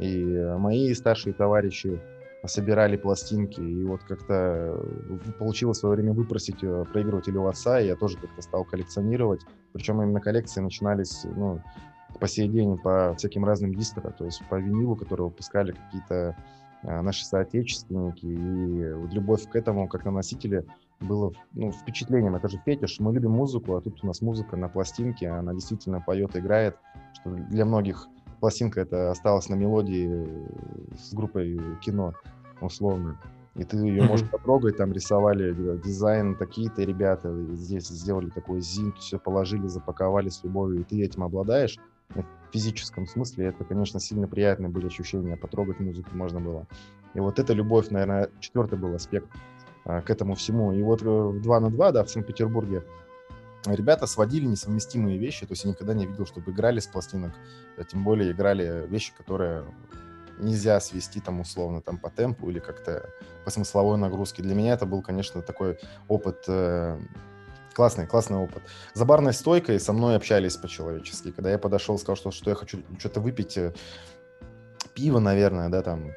и мои старшие товарищи собирали пластинки. И вот как-то получилось в свое время выпросить проигрыватель у отца, и я тоже как-то стал коллекционировать. Причем именно коллекции начинались, ну, по сей день по всяким разным дистрам, то есть по винилу, который выпускали какие-то наши соотечественники, и вот любовь к этому, как на носителе, было, ну, впечатлением. Это же фетиш, мы любим музыку, а тут у нас музыка на пластинке, она действительно поет, играет, что для многих пластинка это осталась на мелодии с группой кино, условно. И ты ее можешь потрогать, там рисовали дизайн такие-то ребята, здесь сделали такой зинт, все положили, запаковали с любовью, и ты этим обладаешь. В физическом смысле это, конечно, сильно приятные были ощущения, потрогать музыку можно было. И вот эта любовь, наверное, четвертый был аспект к этому всему. И вот в 2 на 2, да, в Санкт-Петербурге ребята сводили несовместимые вещи, то есть я никогда не видел, чтобы играли с пластинок, а тем более играли вещи, которые нельзя свести там условно там по темпу или как-то по смысловой нагрузке. Для меня это был, конечно, такой опыт, классный опыт. За барной стойкой со мной общались по-человечески. Когда я подошел, сказал, что я хочу что-то выпить, пиво, наверное, да, там,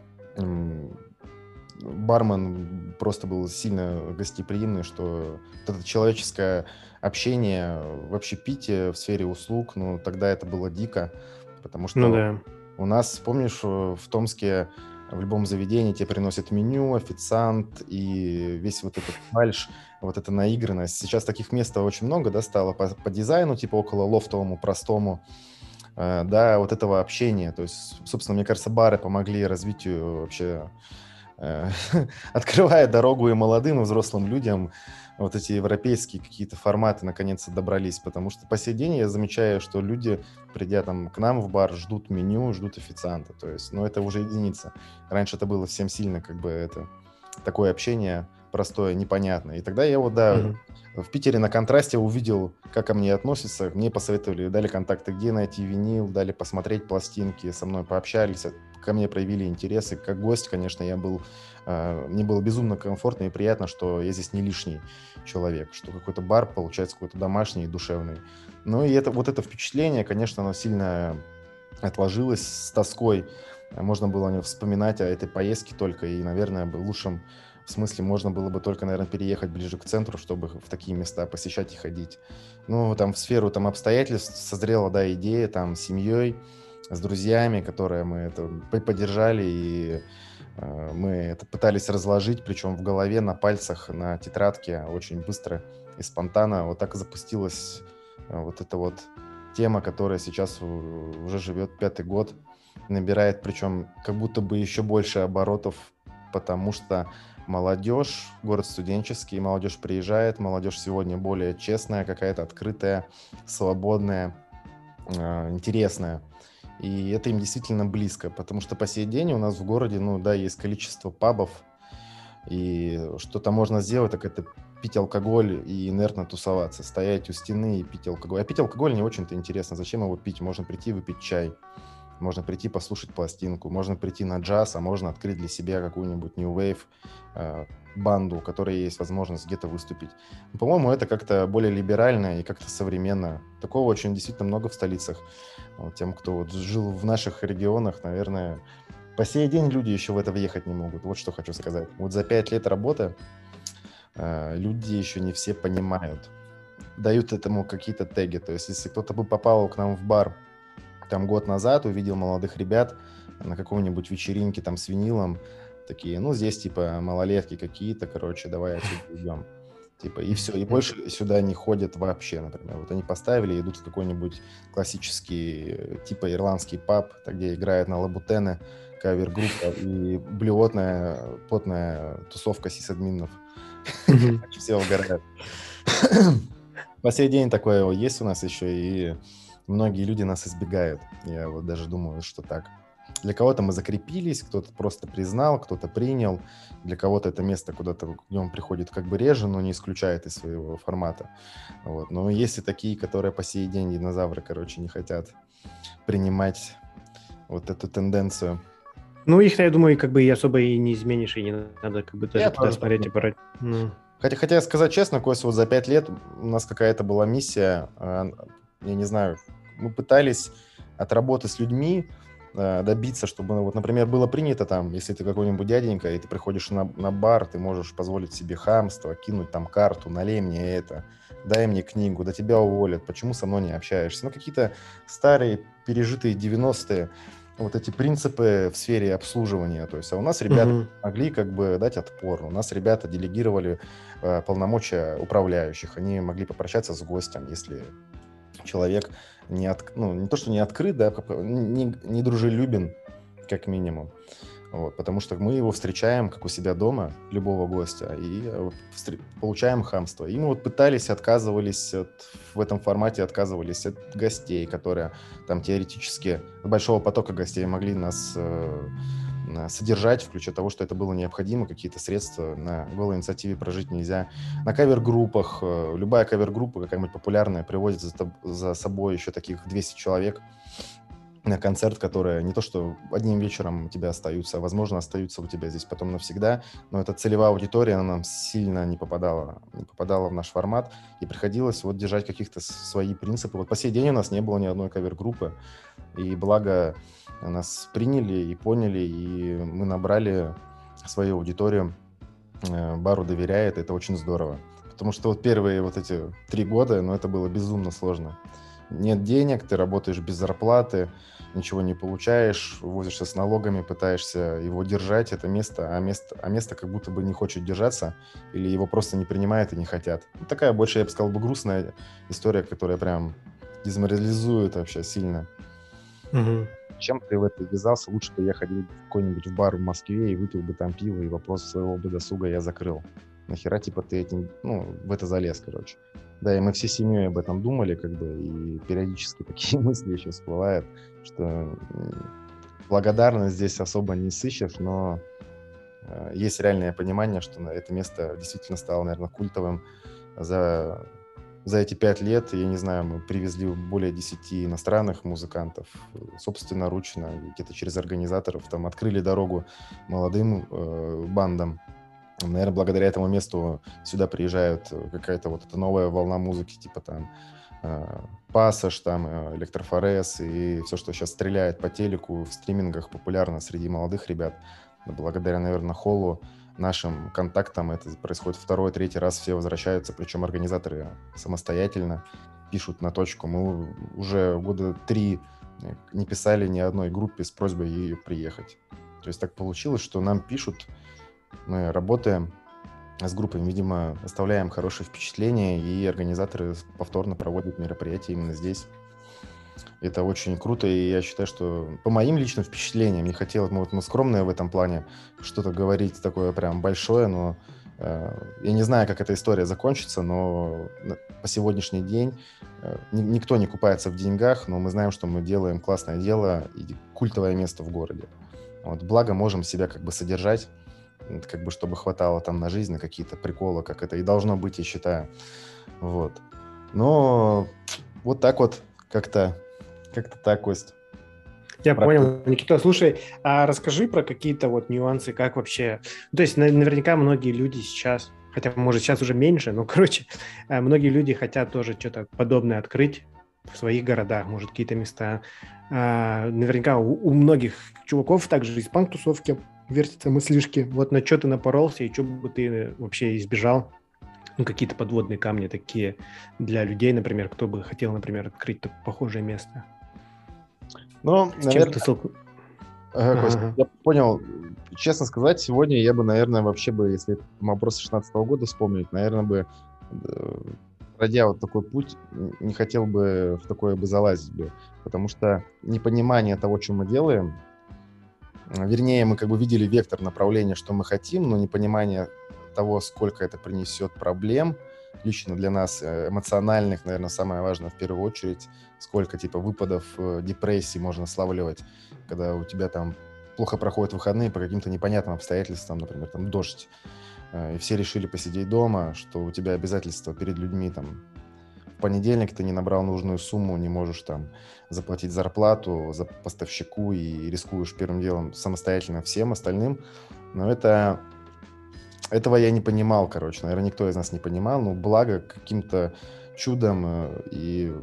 бармен просто был сильно гостеприимный, что вот это человеческое общение в общепите, в сфере услуг, ну, тогда это было дико, потому что Ну да. у нас, помнишь, в Томске в любом заведении тебе приносят меню, официант и весь вот этот фальшь, вот эта наигранность. Сейчас таких мест очень много, да, стало по дизайну, типа около лофтовому, простому, да, вот этого общения. То есть, собственно, мне кажется, бары помогли развитию вообще, открывая дорогу и молодым, и взрослым людям, вот эти европейские какие-то форматы наконец-то добрались, потому что по сей день я замечаю, что люди, придя там к нам в бар, ждут меню, ждут официанта, то есть, ну, это уже единица. Раньше это было всем сильно, как бы, это такое общение простое, непонятное. И тогда я вот, да, в Питере на контрасте увидел, как ко мне относятся, мне посоветовали, дали контакты, где найти винил, дали посмотреть пластинки, со мной пообщались, ко мне проявили интерес, и как гость, конечно, мне было безумно комфортно и приятно, что я здесь не лишний человек, что какой-то бар получается какой-то домашний и душевный. Ну и вот это впечатление, конечно, оно сильно отложилось с тоской. Можно было не вспоминать о этой поездке только, и, наверное, в лучшем смысле можно было бы только, наверное, переехать ближе к центру, чтобы в такие места посещать и ходить. Ну, там в сферу там обстоятельств созрела, да, идея там с семьей, с друзьями, которые мы это поддержали, и мы это пытались разложить, причем в голове, на пальцах, на тетрадке очень быстро и спонтанно. Вот так и запустилась вот эта вот тема, которая сейчас уже живет 5-й год, набирает, причем как будто бы еще больше оборотов, потому что молодежь, город студенческий, молодежь приезжает, молодежь сегодня более честная, какая-то открытая, свободная, интересная. И это им действительно близко, потому что по сей день у нас в городе, ну да, есть количество пабов, и что-то можно сделать, так это пить алкоголь и инертно тусоваться, стоять у стены и пить алкоголь. А пить алкоголь не очень-то интересно. Зачем его пить? Можно прийти выпить чай, можно прийти послушать пластинку, можно прийти на джаз, а можно открыть для себя какую-нибудь New Wave банду, у которой есть возможность где-то выступить. По-моему, это как-то более либерально и как-то современно. Такого очень действительно много в столицах. Вот тем, кто вот жил в наших регионах, наверное, по сей день люди еще в это въехать не могут. Вот что хочу сказать. Вот за 5 лет работы люди еще не все понимают. Дают этому какие-то теги. То есть, если кто-то бы попал к нам в бар там год назад, увидел молодых ребят на какой-нибудь вечеринке там с винилом, такие, ну, здесь типа малолетки какие-то, короче, давай отсюда уйдем. Типа, и все, и больше сюда не ходят вообще, например. Вот они поставили, идут в какой-нибудь классический, типа ирландский паб, где играет на лабутены, кавер-группа и блевотная, потная тусовка сисадминов. Все угорают. По сей день такое есть у нас еще, и многие люди нас избегают. Я вот даже думаю, что так. Для кого-то мы закрепились, кто-то просто признал, кто-то принял. Для кого-то это место куда-то днем приходит как бы реже, но не исключает из своего формата. Вот. Но есть и такие, которые по сей день, динозавры, короче, не хотят принимать вот эту тенденцию. Ну, их, я думаю, как бы и особо и не изменишь, и не надо как бы даже Я туда тоже смотреть и так брать. Ну. Хотя сказать честно, Кость, вот за 5 лет у нас какая-то была миссия, я не знаю, мы пытались от работы с людьми добиться, чтобы, вот, например, было принято там, если ты какой-нибудь дяденька, и ты приходишь на бар, ты можешь позволить себе хамство, кинуть там карту, налей мне это, дай мне книгу, да тебя уволят, почему со мной не общаешься? Ну, какие-то старые, пережитые 90-е, вот эти принципы в сфере обслуживания. То есть, а у нас ребята могли как бы дать отпор, у нас ребята делегировали полномочия управляющих, они могли попрощаться с гостем, если человек не то, что не открыт, да, не дружелюбен, как минимум. Вот, потому что мы его встречаем, как у себя дома, любого гостя, и получаем хамство. И мы вот пытались, в этом формате отказывались от гостей, которые там теоретически, от большого потока гостей могли нас содержать, включая того, что это было необходимо, какие-то средства на голой инициативе прожить нельзя. На кавер-группах, любая кавер-группа какая-нибудь популярная приводит за собой еще таких 200 человек на концерт, которые не то что одним вечером у тебя остаются, а, возможно, остаются у тебя здесь потом навсегда, но эта целевая аудитория, она нам сильно не попадала в наш формат, и приходилось вот держать каких-то свои принципы. Вот по сей день у нас не было ни одной кавер-группы, и благо нас приняли и поняли, и мы набрали свою аудиторию, бару доверяет, это очень здорово. Потому что вот первые вот эти 3 года, это было безумно сложно. Нет денег, ты работаешь без зарплаты, ничего не получаешь, возишься с налогами, пытаешься его держать, это место, а место как будто бы не хочет держаться или его просто не принимают и не хотят. Такая больше, я бы сказал, грустная история, которая прям деморализует вообще сильно. Чем ты в это ввязался, лучше бы я ходил в какой-нибудь в бар в Москве и выпил бы там пиво, и вопрос своего бы досуга я закрыл. Нахера, типа, ты этим, в это залез, короче. Да, и мы всей семьей об этом думали, как бы, и периодически такие мысли еще всплывают, что благодарность здесь особо не сыщешь, но есть реальное понимание, что это место действительно стало, наверное, культовым. За эти 5 лет, я не знаю, мы привезли более 10 иностранных музыкантов собственноручно, где-то через организаторов, там открыли дорогу молодым бандам. Наверное, благодаря этому месту сюда приезжают какая-то вот эта новая волна музыки, типа там Пассаж, там Электрофорез и все, что сейчас стреляет по телеку, в стримингах популярно среди молодых ребят. Благодаря, наверное, Холлу, нашим контактам это происходит 2-й, 3-й раз, все возвращаются, причем организаторы самостоятельно пишут на точку. Мы уже года 3 не писали ни одной группе с просьбой ее приехать. То есть так получилось, что нам пишут, мы работаем с группами, видимо, оставляем хорошее впечатление, и организаторы повторно проводят мероприятия именно здесь. Это очень круто, и я считаю, что по моим личным впечатлениям, не хотелось, мы скромные в этом плане, что-то говорить такое прям большое, но Я не знаю, как эта история закончится, но по сегодняшний день никто не купается в деньгах, но мы знаем, что мы делаем классное дело и культовое место в городе. Вот, благо можем себя как бы содержать, как бы чтобы хватало там на жизнь, на какие-то приколы, как это и должно быть, я считаю. Вот. Но вот так вот как-то так, Кость. Я понял. Никита, слушай, а расскажи про какие-то вот нюансы, как вообще... То есть наверняка многие люди сейчас, хотя, может, сейчас уже меньше, но, короче, многие люди хотят тоже что-то подобное открыть в своих городах, может, какие-то места. Наверняка у многих чуваков также из панк-тусовки вертятся мыслишки. Вот на что ты напоролся и что бы ты вообще избежал? Ну, какие-то подводные камни такие для людей, например, кто бы хотел, например, открыть похожее место. Ну, с чем ты столкнулся? Кость, я понял. Честно сказать, сегодня я бы, наверное, вообще бы, если вопрос 16-го года вспомнить, наверное, бы, пройдя вот такой путь, не хотел бы в такое бы залазить бы, потому что непонимание того, что мы делаем, вернее, мы как бы видели вектор направления, что мы хотим, но непонимание того, сколько это принесет проблем, лично для нас эмоциональных, наверное, самое важное в первую очередь, сколько типа выпадов депрессии можно славливать, когда у тебя там плохо проходят выходные по каким-то непонятным обстоятельствам, например, там дождь, и все решили посидеть дома, что у тебя обязательства перед людьми там в понедельник ты не набрал нужную сумму, не можешь там заплатить зарплату за поставщику и рискуешь первым делом самостоятельно всем остальным, но этого я не понимал, короче. Наверное, никто из нас не понимал, но благо каким-то чудом и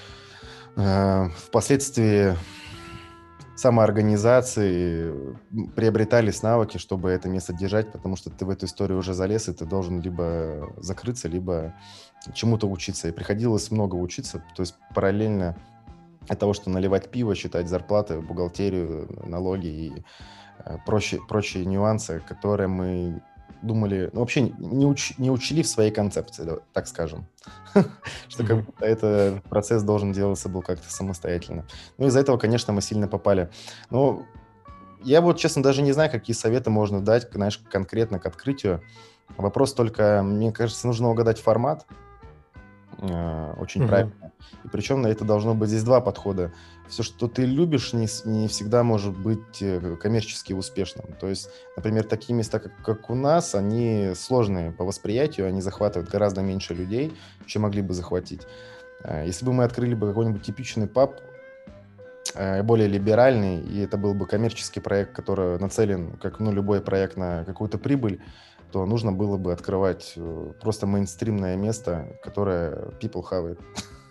впоследствии самоорганизации приобретались навыки, чтобы это место держать, потому что ты в эту историю уже залез, и ты должен либо закрыться, либо чему-то учиться. И приходилось много учиться, то есть параллельно от того, что наливать пиво, считать зарплаты, бухгалтерию, налоги и прочие нюансы, которые мы думали, ну, вообще не учли в своей концепции, так скажем, что как будто этот процесс должен делаться был как-то самостоятельно. Ну, из-за этого, конечно, мы сильно попали. Но я вот, честно, даже не знаю, какие советы можно дать, знаешь, конкретно к открытию. Вопрос только, мне кажется, нужно угадать формат очень правильно. И причем на это должно быть здесь два подхода. Все, что ты любишь, не всегда может быть коммерчески успешным. То есть, например, такие места, как у нас, они сложные по восприятию, они захватывают гораздо меньше людей, чем могли бы захватить. Если бы мы открыли бы какой-нибудь типичный паб, более либеральный, и это был бы коммерческий проект, который нацелен, как любой проект, на какую-то прибыль, то нужно было бы открывать просто мейнстримное место, которое people хавает.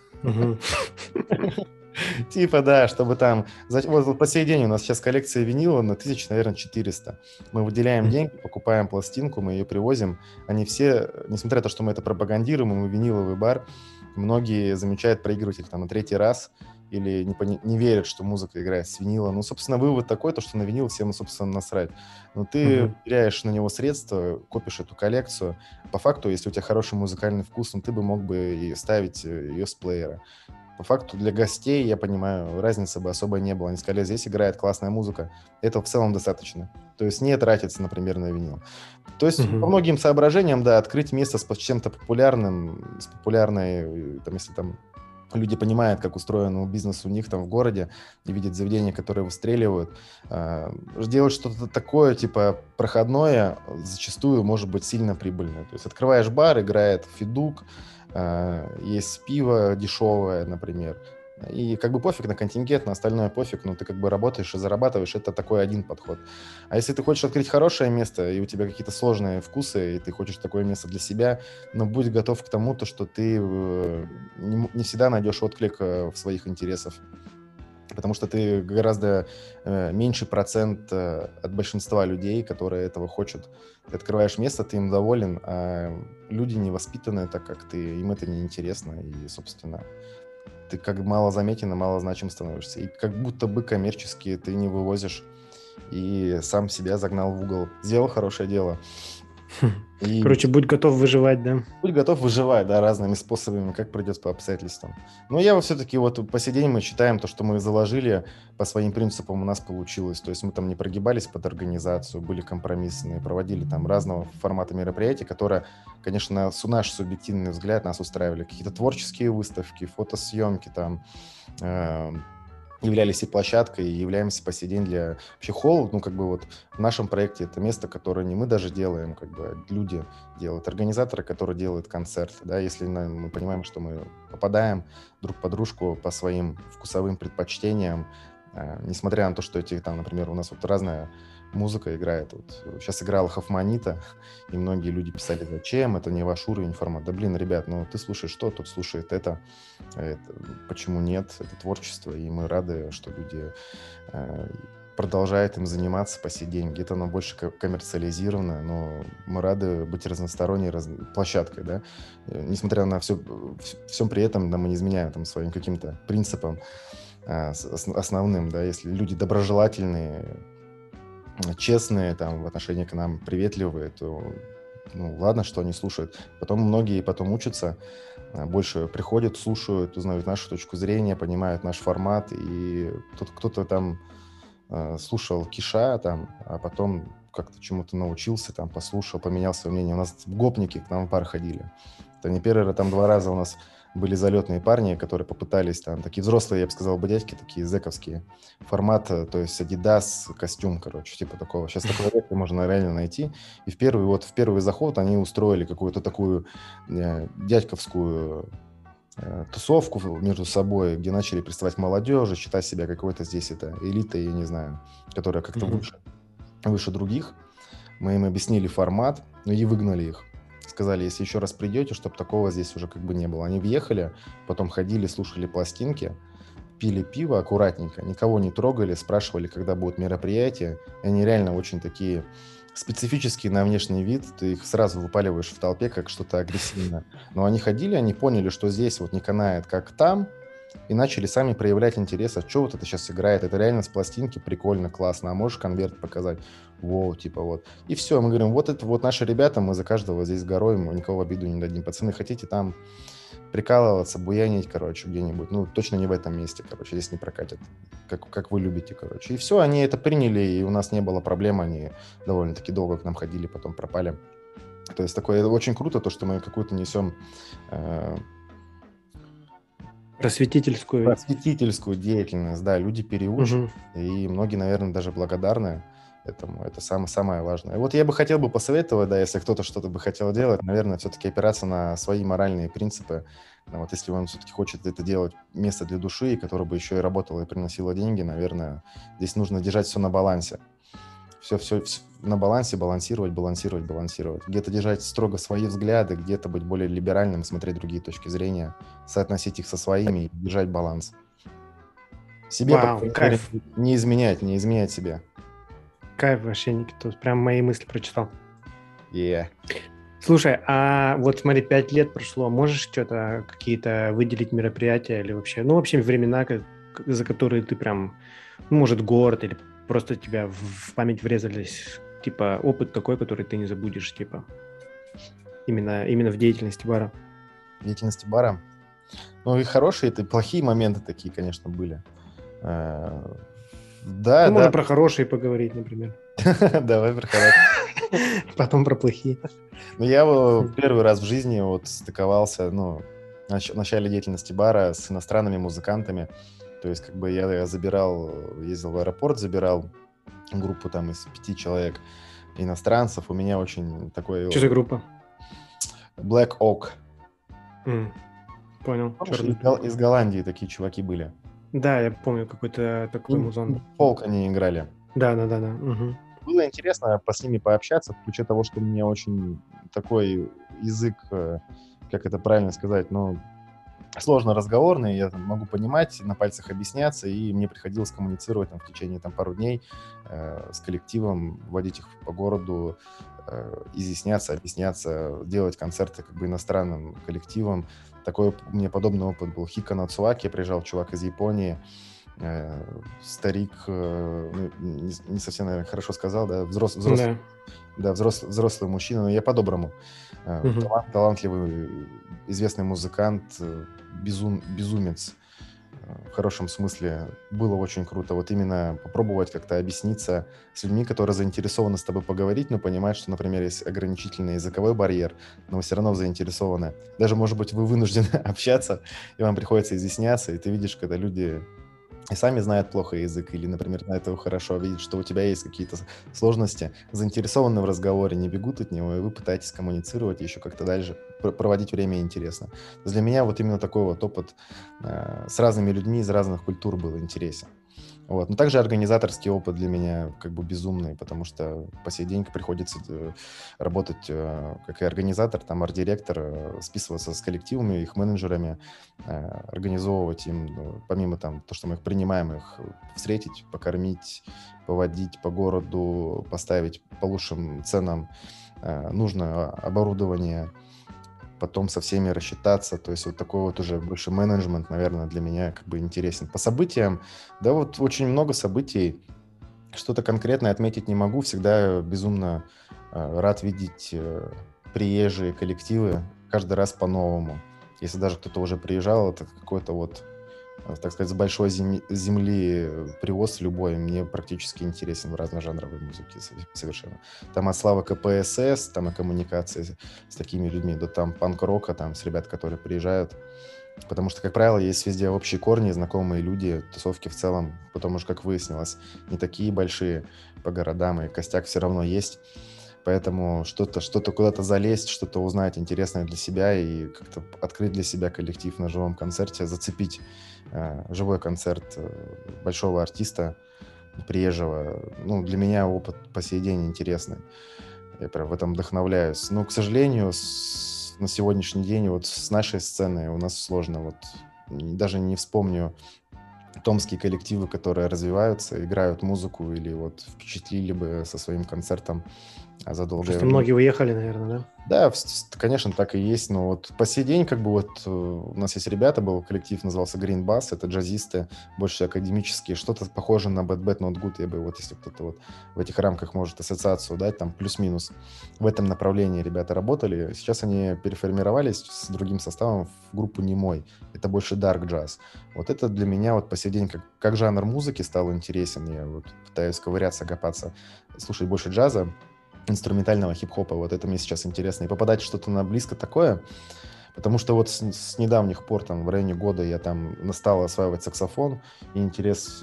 Типа, да, чтобы там... Вот по сей день у нас сейчас коллекция винила на 1400. Мы выделяем деньги, покупаем пластинку, мы ее привозим. Они все, несмотря на то, что мы это пропагандируем, мы виниловый бар, многие замечают проигрыватель там на 3-й раз или не верят, что музыка играет с винила. Ну, собственно, вывод такой, то, что на винил всем, собственно, насрать. Но ты теряешь на него средства, копишь эту коллекцию. По факту, если у тебя хороший музыкальный вкус, ну, ты бы мог бы и ставить ее с плеера. По факту для гостей, я понимаю, разницы бы особо не было. Они сказали, здесь играет классная музыка. Этого в целом достаточно. То есть не тратиться, например, на винил. То есть по многим соображениям, да, открыть место с чем-то популярным, с популярной, там, если там люди понимают, как устроен бизнес у них там в городе и видят заведения, которые выстреливают. Делать что-то такое, типа проходное, зачастую может быть сильно прибыльно. То есть открываешь бар, играет фидук, есть пиво дешевое, например, и как бы пофиг на контингент, на остальное пофиг, но ты как бы работаешь и зарабатываешь, это такой один подход. А если ты хочешь открыть хорошее место, и у тебя какие-то сложные вкусы, и ты хочешь такое место для себя, но будь готов к тому, что ты не всегда найдешь отклик в своих интересах, потому что ты гораздо меньше процент от большинства людей, которые этого хотят. Ты открываешь место, ты им доволен, а люди не воспитаны так, как ты, им это неинтересно, и, собственно, ты как мало заметен и мало значим становишься. И как будто бы коммерчески ты не вывозишь и сам себя загнал в угол. Сделал хорошее дело. И Короче, будь готов выживать, да? будь готов выживать, да, разными способами, как придется по обстоятельствам. Но я вот все-таки вот по сей день мы считаем то, что мы заложили по своим принципам, у нас получилось. То есть мы там не прогибались под организацию, были компромиссные, проводили там разного формата мероприятий, которые, конечно, наш субъективный взгляд нас устраивали. Какие-то творческие выставки, фотосъемки там, являлись и площадкой, и являемся по сей день для... Вообще холл, ну, как бы вот в нашем проекте это место, которое не мы даже делаем, как бы люди делают, организаторы, которые делают концерты, да, если мы понимаем, что мы попадаем друг под дружку по своим вкусовым предпочтениям, несмотря на то, что эти там, например, у нас вот разная музыка играет. Вот сейчас играла Хофманита, и многие люди писали, зачем, это не ваш уровень формат. Да блин, ребят, ну ты слушаешь что, тот слушает это почему нет, это творчество, и мы рады, что люди продолжают им заниматься по сей день. Где-то оно больше коммерциализировано, но мы рады быть разносторонней площадкой, да. Несмотря на всем при этом, да, мы не изменяем там своим каким-то принципам основным, да, если люди доброжелательные, честные, там, в отношении к нам приветливые, то, ну, ладно, что они слушают. Потом многие потом учатся, больше приходят, слушают, узнают нашу точку зрения, понимают наш формат, и кто-то там слушал Киша, там, а потом как-то чему-то научился, там, послушал, поменял свое мнение. У нас гопники к нам в бар ходили. Это не первый раз, там 2 раза у нас были залетные парни, которые попытались, там, такие взрослые, я бы сказал, бы дядьки, такие зэковские, формат, то есть Adidas, костюм, короче, типа такого. Сейчас такое редко можно реально найти. И в первый заход они устроили какую-то такую дядьковскую тусовку между собой, где начали приставать к молодежи, считать себя какой-то здесь это элитой, я не знаю, которая как-то выше других. Мы им объяснили формат, но и выгнали их. Сказали, если еще раз придете, чтобы такого здесь уже как бы не было. Они въехали, потом ходили, слушали пластинки, пили пиво аккуратненько, никого не трогали, спрашивали, когда будут мероприятия. И они реально очень такие специфические на внешний вид, ты их сразу выпаливаешь в толпе как что-то агрессивное. Но они ходили, они поняли, что здесь вот не канает, как там, и начали сами проявлять интерес, а что вот это сейчас играет, это реально с пластинки, прикольно, классно, а можешь конверт показать? Воу, типа вот. И все, мы говорим, вот это вот наши ребята, мы за каждого здесь горой, мы никого в обиду не дадим. Пацаны, хотите там прикалываться, буянить, короче, где-нибудь, ну, точно не в этом месте, короче, здесь не прокатит, как вы любите, короче. И все, они это приняли, и у нас не было проблем, они довольно-таки долго к нам ходили, потом пропали. То есть такое очень круто, то, что мы какую-то несем... Просветительскую деятельность, да, люди переучат, и многие, наверное, даже благодарны этому, это самое важное. И вот я бы хотел бы посоветовать, да, если кто-то что-то бы хотел делать, наверное, все-таки опираться на свои моральные принципы. Вот если он все-таки хочет это делать место для души, которое бы еще и работало и приносило деньги, наверное, здесь нужно держать все на балансе. Все на балансе, балансировать. Где-то держать строго свои взгляды, где-то быть более либеральным, смотреть другие точки зрения, соотносить их со своими и держать баланс. Себе, кайф. Не изменять себе. Кайф вообще, Никита, прям мои мысли прочитал. Yeah. Слушай, а вот смотри, 5 лет прошло, можешь что-то, какие-то выделить мероприятия или вообще, ну, вообще времена, за которые ты прям, ну, может, горд или просто тебя в память врезались, типа, опыт такой, который ты не забудешь, типа, именно в деятельности бара? В деятельности бара? Ну, и хорошие, и плохие моменты такие, конечно, были. Да, ну, можно про хорошие поговорить, например. Давай про хорошие. Потом про плохие. Ну, я первый раз в жизни вот стыковался, ну, в начале деятельности бара с иностранными музыкантами. То есть, как бы я ездил в аэропорт, забирал группу там из 5 человек иностранцев. У меня очень такой... Что за группа? Black Oak. Понял. Из Голландии такие чуваки были. Да, я помню, какой-то такой музон. Фолк они играли. Да. Угу. Было интересно с ними пообщаться, в ключе того, что у меня очень такой язык, как это правильно сказать, ну, сложно разговорный, я там могу понимать, на пальцах объясняться, и мне приходилось коммуницировать там в течение пару дней с коллективом, водить их по городу, изъясняться, объясняться, делать концерты как бы иностранным коллективам. Такой у меня подобный опыт был. Хика Нацуаки, приезжал чувак из Японии, старик, не совсем, наверное, хорошо сказал, да, взрослый. Да, взрослый мужчина, но я по-доброму. Талантливый, известный музыкант, безумец. В хорошем смысле. Было очень круто вот именно попробовать как-то объясниться с людьми, которые заинтересованы с тобой поговорить, но понимают, что, например, есть ограничительный языковой барьер, но вы все равно заинтересованы. Даже, может быть, вы вынуждены общаться, и вам приходится изъясняться, и ты видишь, когда люди и сами знают плохо язык, или, например, знают его хорошо, видят, что у тебя есть какие-то сложности, заинтересованы в разговоре, не бегут от него, и вы пытаетесь коммуницировать, и еще как-то дальше проводить время интересно. То есть для меня вот именно такой вот опыт с разными людьми из разных культур был интересен. Вот. Но также организаторский опыт для меня как бы безумный, потому что по сей день приходится работать как и организатор, там арт-директор, списываться с коллективами, их менеджерами, организовывать им, помимо там то, что мы их принимаем, их встретить, покормить, поводить по городу, поставить по лучшим ценам нужное оборудование, потом со всеми рассчитаться, то есть вот такой вот уже больше менеджмент, наверное, для меня как бы интересен. По событиям, да, вот очень много событий, что-то конкретное отметить не могу, всегда безумно рад видеть приезжие коллективы каждый раз по-новому. Если даже кто-то уже приезжал, это какой-то вот, так сказать, с большой земли привоз любой, мне практически интересен в разножанровой музыке совершенно. Там от Славы КПСС, там и коммуникации с такими людьми, до там панк-рока, там с ребят, которые приезжают. Потому что, как правило, есть везде общие корни, знакомые люди, тусовки в целом, потом уж, как выяснилось, не такие большие по городам, и костяк все равно есть. Поэтому что-то куда-то залезть, что-то узнать интересное для себя и как-то открыть для себя коллектив на живом концерте, зацепить живой концерт большого артиста, приезжего. Ну, для меня опыт по сей день интересный. Я прям в этом вдохновляюсь. Но, к сожалению, на сегодняшний день вот с нашей сценой у нас сложно. Вот даже не вспомню томские коллективы, которые развиваются, играют музыку или вот впечатлили бы со своим концертом за долгое Просто время. многие уехали, наверное, да? Да, конечно, так и есть, но вот по сей день как бы вот у нас есть ребята, был коллектив, назывался Green Bass, это джазисты, больше академические, что-то похоже на Bad Bad Not Good, я бы вот, если кто-то вот в этих рамках может ассоциацию дать, там плюс-минус в этом направлении ребята работали, сейчас они переформировались с другим составом в группу Немой, это больше dark jazz. Вот это для меня вот по сей день как жанр музыки стал интересен, я вот пытаюсь ковыряться, копаться, слушать больше джаза, инструментального хип-хопа. Вот это мне сейчас интересно. И попадать что-то на близко такое, потому что вот с недавних пор, там, в районе года я там стал осваивать саксофон, и интерес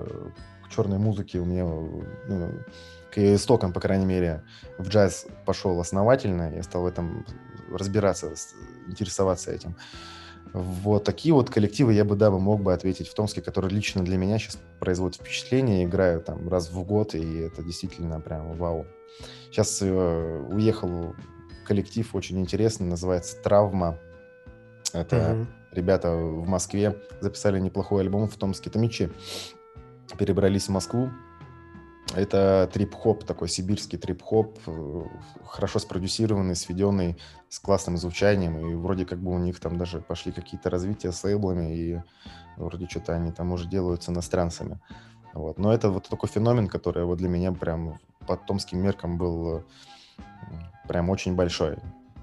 к черной музыке у меня, ну, к ее истокам, по крайней мере, в джаз пошел основательно. Я стал в этом разбираться, интересоваться этим. Вот такие вот коллективы я бы, да, мог бы ответить в Томске, которые лично для меня сейчас производят впечатление, играю там раз в год, и это действительно прям вау. Сейчас уехал коллектив очень интересный, называется «Травма». Это ребята в Москве записали неплохой альбом в Томске. Томичи перебрались в Москву. Это трип-хоп, такой сибирский трип-хоп, хорошо спродюсированный, сведенный, с классным звучанием, и вроде как бы у них там даже пошли какие-то развития с лейблами, и вроде что-то они там уже делают с иностранцами. Вот. Но это вот такой феномен, который вот для меня прям по томским меркам был прям очень большой.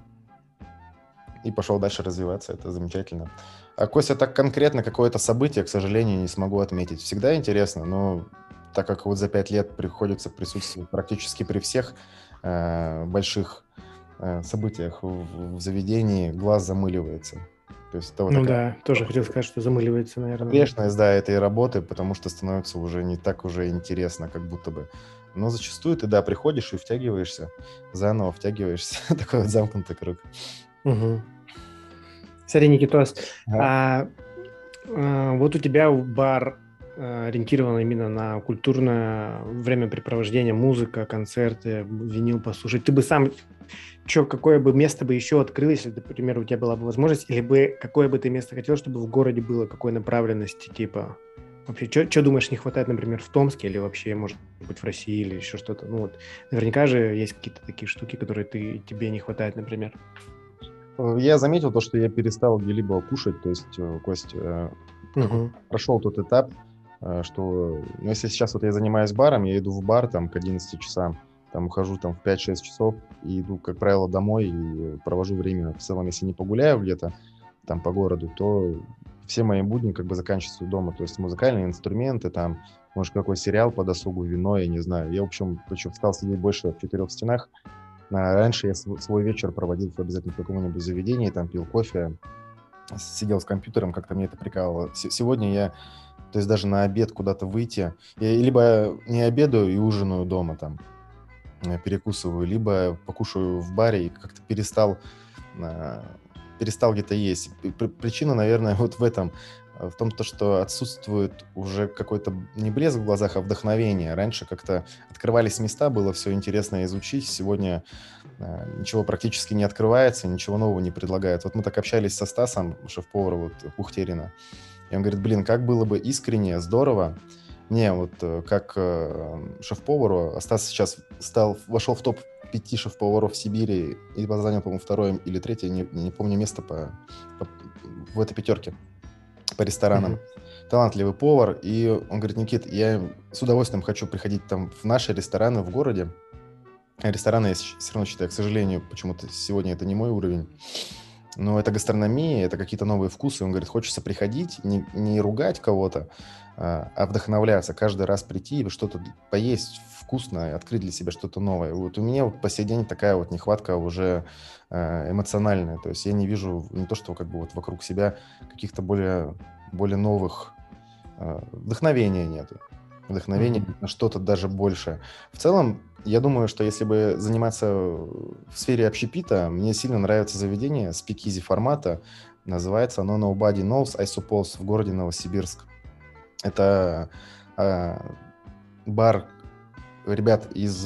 И пошел дальше развиваться, это замечательно. А, Костя, так конкретно какое-то событие, к сожалению, не смогу отметить. Всегда интересно, но так как вот за 5 лет приходится присутствовать практически при всех больших событиях в заведении, глаз замыливается. То есть это вот Ну такая... да, тоже хотел сказать, что замыливается, наверное. Грешность, да, этой работы, потому что становится уже не так уже интересно, как будто бы. Но зачастую ты, да, приходишь и втягиваешься, заново втягиваешься. Такой вот замкнутый круг. Угу. Смотри, Никитос, Ага. вот у тебя бар ориентирован именно на культурное времяпрепровождение, музыка, концерты, винил послушать. Ты бы сам, какое бы место бы еще открыл, если, например, у тебя была бы возможность, или бы какое бы ты место хотел, чтобы в городе было, какой направленности, типа, вообще, что думаешь, не хватает, например, в Томске, или вообще, может быть, в России, или еще что-то? Ну вот, наверняка же есть какие-то такие штуки, которые тебе не хватает, например. Я заметил то, что я перестал где-либо кушать, то есть, Кость, прошел тот этап, что, ну, если сейчас вот я занимаюсь баром, я иду в бар там к 11 часам, там ухожу там в 5-6 часов и иду, как правило, домой и провожу время в целом, если не погуляю где-то там по городу, то все мои будни как бы заканчиваются дома, то есть музыкальные инструменты, там, может, какой сериал по досугу, вино, я не знаю. Я, в общем, стал сидеть больше в 4 стенах. Раньше я свой вечер проводил обязательно в каком-нибудь заведении, там пил кофе, сидел с компьютером, как-то мне это прикалывало. Сегодня я, то есть даже на обед куда-то выйти, я либо не обедаю и ужинаю дома там, перекусываю, либо покушаю в баре и как-то перестал где-то есть. Причина, наверное, вот в этом, в том, что отсутствует уже какой-то не блеск в глазах, а вдохновение. Раньше как-то открывались места, было все интересно изучить. Сегодня ничего практически не открывается, ничего нового не предлагают. Вот мы так общались со Стасом, шеф-поваром вот, Кухтерина, и он говорит, блин, как было бы искренне, здорово. Не, вот как шеф-повару, а Стас сейчас вошел в топ-5 шеф-поваров в Сибири и занял, по-моему, второе или третье, не помню, место в этой пятерке по ресторанам. Талантливый повар. И он говорит, Никит, я с удовольствием хочу приходить там в наши рестораны в городе. Рестораны я все равно считаю, к сожалению, почему-то сегодня это не мой уровень. Но это гастрономия, это какие-то новые вкусы. Он говорит, хочется приходить, не ругать кого-то, а вдохновляться, каждый раз прийти и что-то поесть вкусное, открыть для себя что-то новое. Вот у меня вот по сей день такая вот нехватка уже эмоциональная. То есть я не вижу не то, что как бы вот вокруг себя каких-то более новых вдохновения нету. Вдохновение на что-то даже больше. В целом, я думаю, что если бы заниматься в сфере общепита, мне сильно нравится заведение спикизи формата. Называется оно Nobody Knows, I Suppose, в городе Новосибирск. Это бар ребят из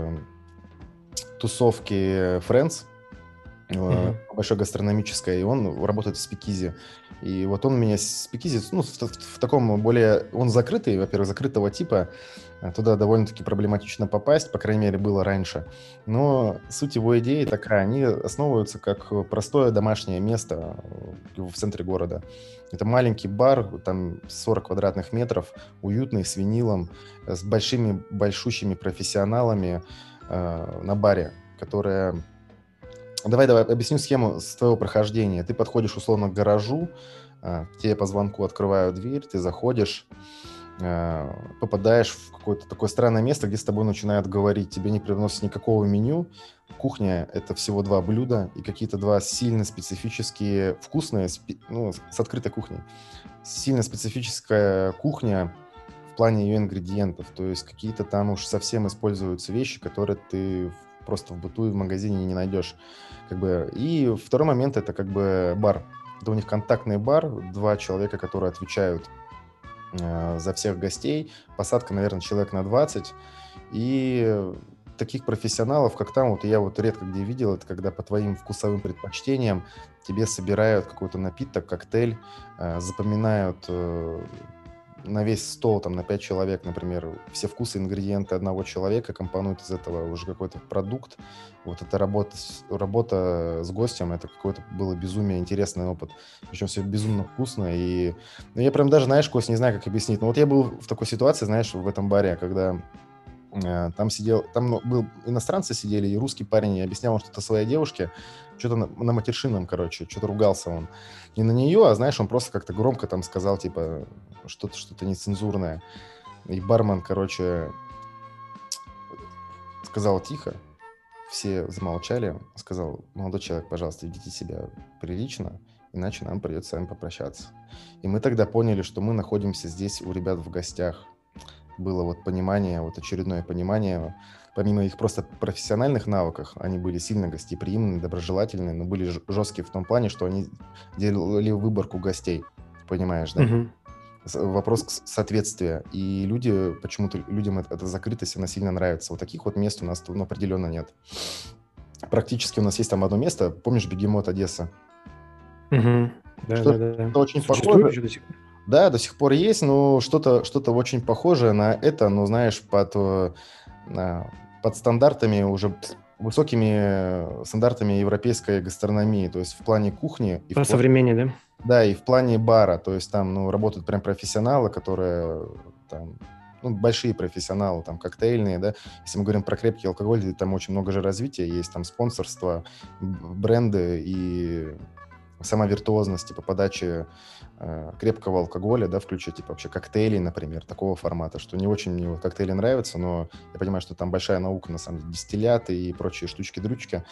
тусовки Friends, большой гастрономической, и он работает в спикизи. И вот он меня спикизи, ну, в таком более... Он закрытый, во-первых, закрытого типа. Туда довольно-таки проблематично попасть, по крайней мере, было раньше. Но суть его идеи такая. Они основываются как простое домашнее место в центре города. Это маленький бар, там 40 квадратных метров, уютный, с винилом, с большущими профессионалами на баре, которые... Давай объясню схему с твоего прохождения. Ты подходишь условно к гаражу, тебе по звонку открывают дверь, ты заходишь, попадаешь в какое-то такое странное место, где с тобой начинают говорить. Тебе не приносят никакого меню. Кухня – это всего 2 блюда и какие-то 2 сильно специфические, вкусные, ну, с открытой кухней. Сильно специфическая кухня в плане ее ингредиентов. То есть какие-то там уж совсем используются вещи, которые ты просто в быту и в магазине не найдешь. Как бы. И второй момент – это как бы бар. Это у них контактный бар, 2 человека, которые отвечают за всех гостей. Посадка, наверное, человек на 20. И таких профессионалов, как там, вот я вот редко где видел, это когда по твоим вкусовым предпочтениям тебе собирают какой-то напиток, коктейль, запоминают на весь стол, там, на 5 человек, например, все вкусы, ингредиенты одного человека, компонуют из этого уже какой-то продукт. Вот эта работа с гостем, это какое-то было безумие, интересный опыт. Причем все безумно вкусно. И ну, я прям даже, знаешь, Кость, не знаю, как объяснить. Но вот я был в такой ситуации, знаешь, в этом баре, когда там был иностранцы сидели, и русский парень, и объяснял он что-то своей девушке, что-то на матершинном, короче, что-то ругался он. Не на нее, а, знаешь, он просто как-то громко там сказал, типа, что-то нецензурное. И бармен, короче, сказал тихо, все замолчали, сказал, молодой человек, пожалуйста, ведите себя прилично, иначе нам придется с вами попрощаться. И мы тогда поняли, что мы находимся здесь у ребят в гостях. Было вот понимание, вот очередное понимание. Помимо их просто профессиональных навыков, они были сильно гостеприимны, доброжелательны, но были жесткие в том плане, что они делали выборку гостей, понимаешь, да? Вопрос соответствия. И людям эта закрытость, она сильно нравится. Вот таких вот мест у нас определенно нет. Практически у нас есть там одно место, помнишь, Бегемот, Одесса? Да. Это очень Существует похоже. еще до сих пор? Да, до сих пор есть, но что-то очень похожее на это, но, знаешь, под стандартами, уже высокими стандартами европейской гастрономии, то есть в плане кухни. По современнее, да? Да, и в плане бара, то есть там, работают прям профессионалы, которые там большие профессионалы, там, коктейльные, да, если мы говорим про крепкий алкоголь, там очень много же развития, есть там спонсорство, бренды и сама виртуозность, типа, подачи крепкого алкоголя, да, включая, типа, вообще коктейли, например, такого формата, что не очень мне вот коктейли нравятся, но я понимаю, что там большая наука, на самом деле, дистилляты и прочие штучки-дрючки.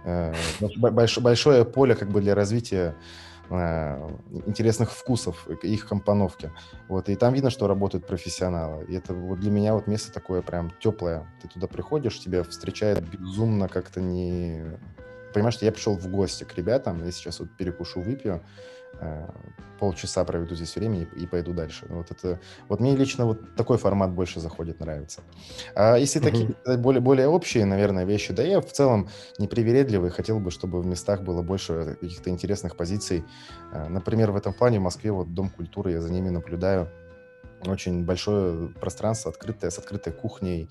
Большое поле, как бы, для развития интересных вкусов, их компоновки. Вот, и там видно, что работают профессионалы. И это вот для меня вот место такое прям теплое. Ты туда приходишь, тебя встречает безумно как-то не... Понимаешь, что я пришел в гости к ребятам, я сейчас вот перекушу, выпью, полчаса проведу здесь времени и пойду дальше. Вот это, вот мне лично вот такой формат больше заходит, нравится. А если такие более общие, наверное, вещи, да я в целом непривередливый, хотел бы, чтобы в местах было больше каких-то интересных позиций. Например, в этом плане в Москве вот Дом культуры, я за ними наблюдаю. Очень большое пространство открытое, с открытой кухней,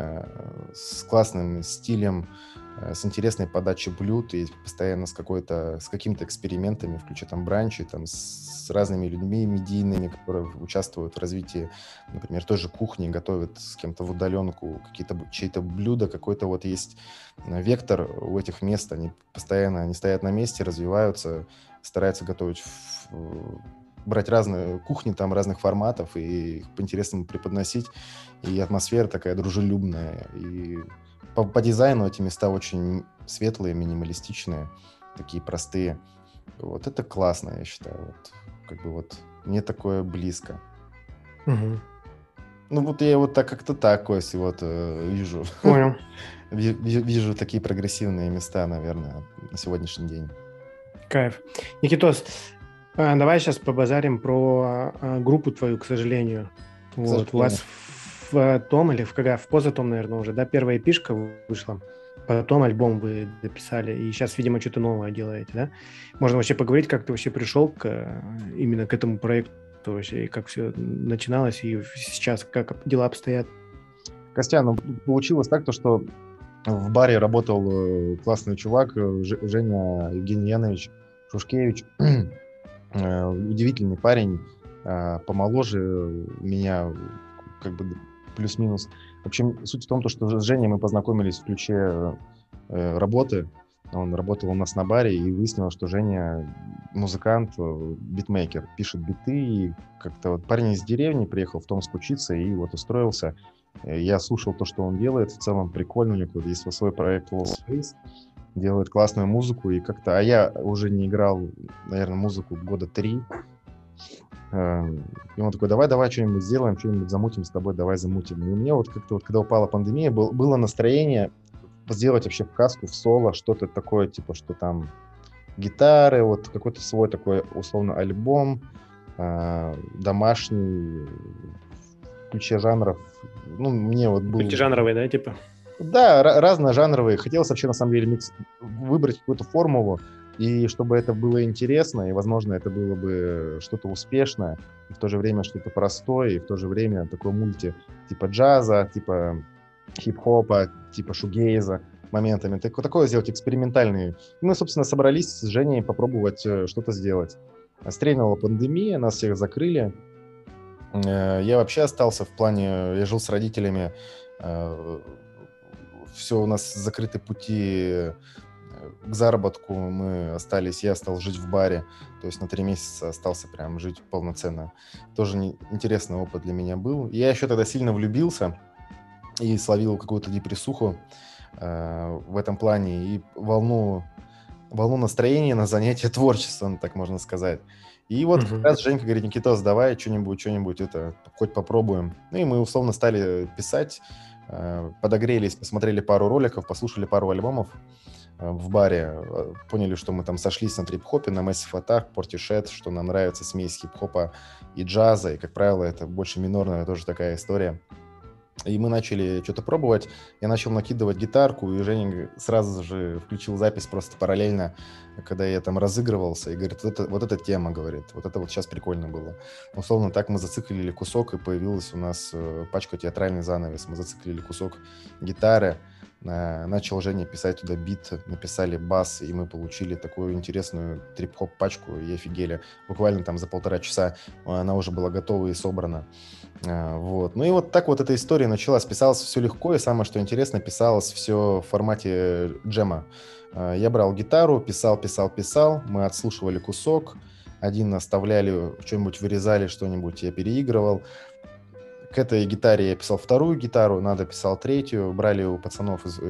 с классным стилем, с интересной подачей блюд и постоянно с какими-то экспериментами, включая там бранчи, там с разными людьми медийными, которые участвуют в развитии, например, той же кухни, готовят с кем-то в удаленку чьи-то блюда, какой-то вот есть вектор у этих мест, они постоянно, они стоят на месте, развиваются, стараются готовить брать разные кухни там разных форматов и их по-интересному преподносить. И атмосфера такая дружелюбная. И по дизайну эти места очень светлые, минималистичные, такие простые. Вот это классно, я считаю. Вот, как бы вот мне такое близко. Ну вот я вот так как-то так, Кость, вот вижу. Понял. Вижу такие прогрессивные места, наверное, на сегодняшний день. Кайф. Никитос, давай сейчас побазарим про группу твою, к сожалению. Вот, у вас в том или в позатом, наверное, уже, да, первая эпишка вышла, потом альбом вы дописали, и сейчас, видимо, что-то новое делаете, да? Можно вообще поговорить, как ты вообще пришел именно к этому проекту вообще, и как все начиналось, и сейчас как дела обстоят? Костян, ну, получилось так, что в баре работал классный чувак, Женя Евгений Янович Шушкевич, удивительный парень, помоложе меня, как бы плюс-минус. В общем, суть в том, что с Женей мы познакомились в ключе работы. Он работал у нас на баре, и выяснилось, что Женя музыкант, битмейкер, пишет биты. И как-то вот парень из деревни приехал в Томск учиться и вот устроился. Я слушал то, что он делает. В целом прикольно, у него есть свой проект Lost Space. Делает классную музыку, и как-то... А я уже не играл, наверное, музыку года 3. И он такой, давай что-нибудь сделаем, что-нибудь замутим с тобой, давай замутим. И у меня вот как-то вот, когда упала пандемия, было настроение сделать вообще в каску, в соло, что-то такое, типа, что там гитары, вот какой-то свой такой, условно, альбом, домашний, в ключе жанров. Ну, мне вот был... Мультижанровый, да, типа? Да, разножанровые. Хотелось вообще, на самом деле, выбрать какую-то формулу, и чтобы это было интересно, и, возможно, это было бы что-то успешное, и в то же время что-то простое, и в то же время такое мульти типа джаза, типа хип-хопа, типа шугейза моментами. Такое сделать экспериментальные. И мы, собственно, собрались с Женей попробовать что-то сделать. Стрельнула пандемия, нас всех закрыли. Я вообще остался в плане... Я жил с родителями. Все, у нас закрыты пути к заработку, мы остались, я стал жить в баре, то есть на 3 месяца остался прям жить полноценно. Тоже интересный опыт для меня был. Я еще тогда сильно влюбился и словил какую-то депрессуху в этом плане и волну настроения на занятие творчеством, так можно сказать. И вот как раз Женька говорит, Никитос, давай что-нибудь это хоть попробуем. Ну и мы условно стали писать, подогрелись, посмотрели пару роликов, послушали пару альбомов в баре, поняли, что мы там сошлись на трип-хопе, на Massive Attack, Portishead, что нам нравится смесь хип-хопа и джаза, и, как правило, это больше минорная тоже такая история. И мы начали что-то пробовать, я начал накидывать гитарку, и Женя сразу же включил запись просто параллельно, когда я там разыгрывался, и говорит, вот эта тема, говорит, вот это вот сейчас прикольно было. Условно так мы зациклили кусок, и появилась у нас пачка «Театральный занавес», мы зациклили кусок гитары, Начал Женя писать туда бит, написали бас, и мы получили такую интересную трип-хоп пачку, и офигели. Буквально там за 1,5 часа она уже была готова и собрана. Вот. Ну и вот так вот эта история началась. Писалось все легко, и самое, что интересно, писалось все в формате джема. Я брал гитару, писал, мы отслушивали кусок, один оставляли, что-нибудь вырезали, что-нибудь я переигрывал. К этой гитаре я писал вторую гитару, надо писал третью, брали у пацанов из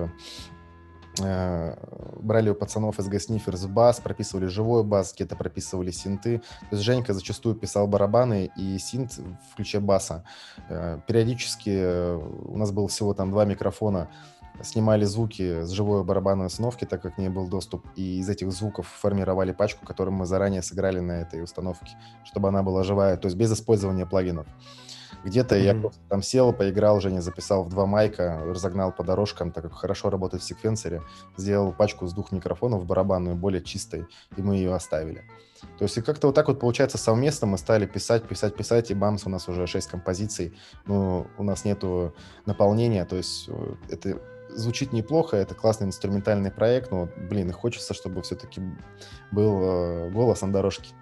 Gas бас, прописывали живой бас, где-то прописывали синты. То есть Женька зачастую писал барабаны и синт в ключе баса. Периодически у нас было всего там 2 микрофона, снимали звуки с живой барабанной установки, так как не был доступ, и из этих звуков формировали пачку, которую мы заранее сыграли на этой установке, чтобы она была живая, то есть без использования плагинов. Где-то я просто там сел, поиграл, Женя записал в 2 майка, разогнал по дорожкам, так как хорошо работает в секвенсоре, сделал пачку с 2 микрофонов барабанную, более чистой, и мы ее оставили. То есть и как-то вот так вот получается совместно мы стали писать, и бамс, у нас уже 6 композиций, но у нас нету наполнения, то есть это звучит неплохо, это классный инструментальный проект, но, блин, и хочется, чтобы все-таки был голос на дорожке.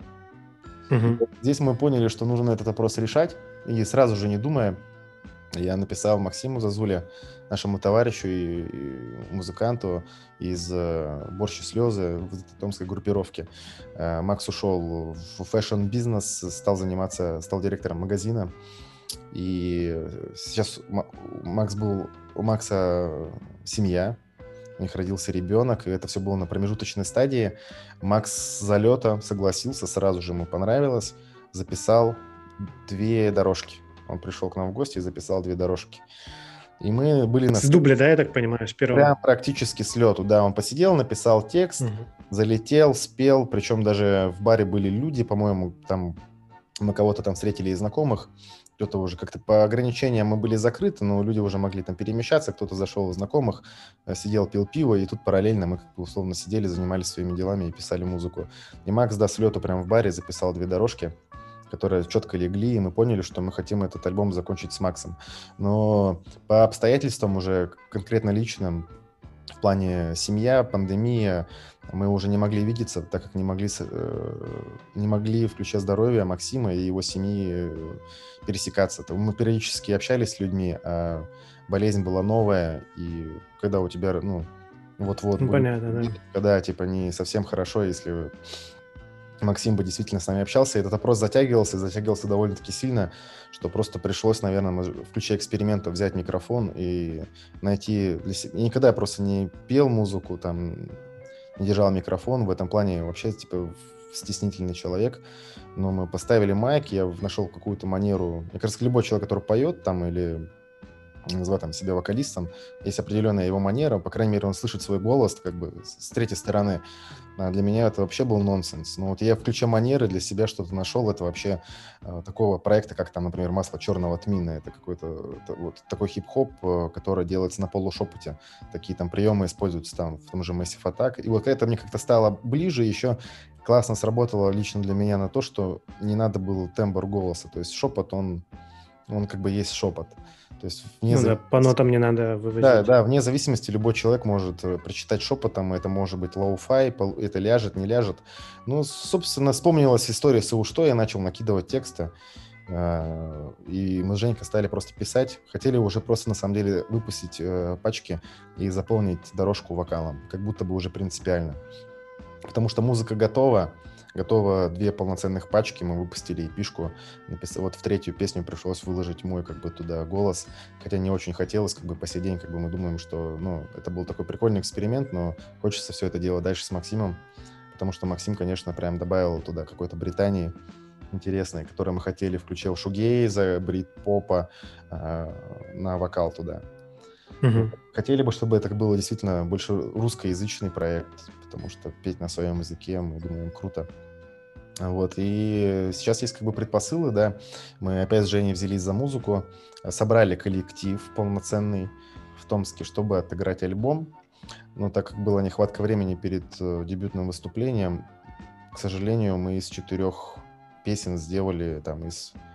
Здесь мы поняли, что нужно этот вопрос решать, и сразу же, не думая, я написал Максиму Зазуле, нашему товарищу и музыканту из «Борщ и слезы» в томской группировке. Макс ушел в фэшн-бизнес, стал директором магазина. И сейчас у Макса семья, у них родился ребенок, и это все было на промежуточной стадии. Макс с залета согласился, сразу же ему понравилось, записал 2 дорожки. Он пришел к нам в гости и записал 2 дорожки. И мы были С дубля, да, я так понимаю, с первого? Прям практически с лету, да. Он посидел, написал текст, залетел, спел, причем даже в баре были люди, по-моему, там мы кого-то там встретили из знакомых, кто-то уже как-то по ограничениям мы были закрыты, но люди уже могли там перемещаться, кто-то зашел из знакомых, сидел, пил пиво, и тут параллельно мы как бы условно сидели, занимались своими делами и писали музыку. И Макс, да, с лету прямо в баре записал 2 дорожки, которые четко легли, и мы поняли, что мы хотим этот альбом закончить с Максом. Но по обстоятельствам уже конкретно личным, в плане семья, пандемия, мы уже не могли видеться, так как не могли в ключе здоровья Максима и его семьи пересекаться. Мы периодически общались с людьми, а болезнь была новая, и когда у тебя, вот-вот будет, понятно, да. когда, типа, не совсем хорошо, если Максим бы действительно с нами общался, этот опрос затягивался довольно-таки сильно, что просто пришлось, наверное, в ключе эксперимента взять микрофон и найти для себя... Никогда я просто не пел музыку, там, не держал микрофон, в этом плане вообще, типа, стеснительный человек, но мы поставили майк, я нашел какую-то манеру, мне кажется, любой человек, который поет там или называть там себя вокалистом, есть определенная его манера, по крайней мере, он слышит свой голос как бы с третьей стороны. А для меня это вообще был нонсенс. Но вот я в ключе манеры для себя что-то нашел, это вообще такого проекта, как там, например, «Масло черного тмина», это какой-то вот такой хип-хоп, который делается на полушепоте. Такие там приемы используются там в том же Massive Attack. И вот это мне как-то стало ближе, еще классно сработало лично для меня на то, что не надо было тембр голоса, то есть шепот, он как бы есть шепот. То есть по нотам не надо выводить. Да, вне зависимости любой человек может прочитать шепотом, это может быть лоу-фай, это ляжет, не ляжет. Ну, собственно, вспомнилась история с «Что», я начал накидывать тексты, и мы с Женькой стали просто писать. Хотели уже просто, на самом деле, выпустить пачки и заполнить дорожку вокалом, как будто бы уже принципиально. Потому что музыка готова 2 полноценных пачки, мы выпустили эпишку, вот в 3-ю песню пришлось выложить мой как бы туда голос, хотя не очень хотелось, как бы по сей день как бы мы думаем, что, это был такой прикольный эксперимент, но хочется все это делать дальше с Максимом, потому что Максим, конечно, прям добавил туда какой-то Британии интересной, которую мы хотели, включил шугейза, брит-попа на вокал туда. Хотели бы, чтобы это было действительно больше русскоязычный проект, потому что петь на своем языке, мы думаем, круто. Вот, и сейчас есть как бы предпосылы, да, мы опять с Женей взялись за музыку, собрали коллектив полноценный в Томске, чтобы отыграть альбом, но так как была нехватка времени перед дебютным выступлением, к сожалению, мы из 4 песен сделали там из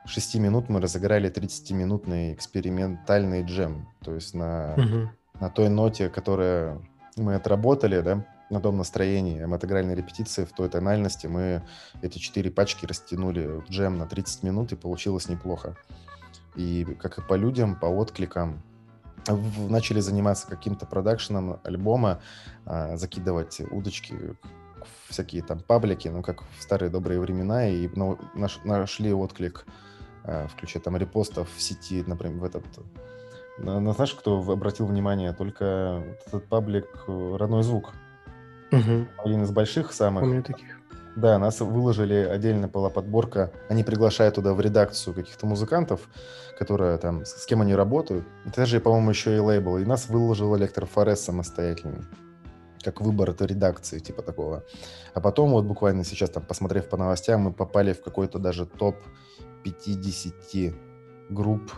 6 минут мы разыграли 30-минутный экспериментальный джем. То есть на той ноте, которую мы отработали, да, на том настроении, мы отыграли на репетиции в той тональности, мы эти 4 пачки растянули в джем на 30 минут, и получилось неплохо. И как и по людям, по откликам, начали заниматься каким-то продакшеном альбома, закидывать удочки в всякие там паблики, ну, как в старые добрые времена, и нашли отклик в ключе там репостов в сети, например, в этот... Знаешь, кто обратил внимание? Только этот паблик «Родной звук». Один из больших самых. Помню таких. Да, нас выложили, отдельно была подборка. Они приглашают туда в редакцию каких-то музыкантов, которые там, с кем они работают. Это же, по-моему, еще и лейбл. И нас выложил Электро Форес самостоятельно, как выбор этой редакции, типа такого. А потом вот буквально сейчас, там, посмотрев по новостям, мы попали в какой-то даже топ 50 групп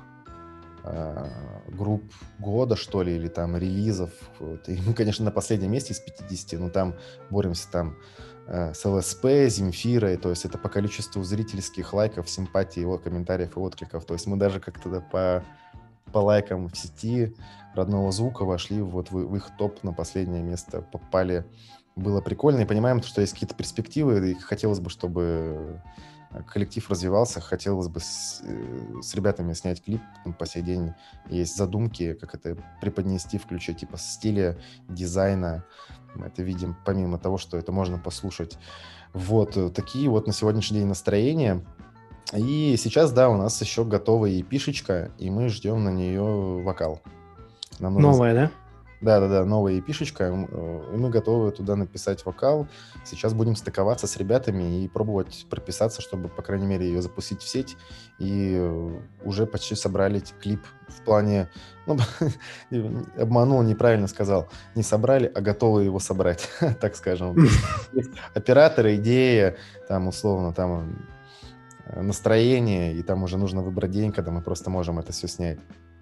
года, что ли, или там релизов. Вот. И мы, конечно, на последнем месте из 50, но там боремся там с ЛСП, Земфирой, то есть это по количеству зрительских лайков, симпатий, комментариев и откликов. То есть мы даже как-то по лайкам в сети Родного звука вошли вот в их топ на последнее место, попали. Было прикольно, и понимаем, что есть какие-то перспективы, и хотелось бы, чтобы коллектив развивался, хотелось бы с ребятами снять клип. По сей день есть задумки, как это преподнести в ключе типа стиля, дизайна. Мы это видим, помимо того, что это можно послушать. Вот такие вот на сегодняшний день настроения. И сейчас, да, у нас еще готовая EP-шечка, и мы ждем на нее вокал. Новая, да? Да, новая EP-шечка, и мы готовы туда написать вокал. Сейчас будем стыковаться с ребятами и пробовать прописаться, чтобы, по крайней мере, ее запустить в сеть. И уже почти собрали клип в плане... Ну, обманул, неправильно сказал. Не собрали, а готовы его собрать, так скажем. Операторы, идея, там, условно, там настроение, и там уже нужно выбрать день, когда мы просто можем это все снять.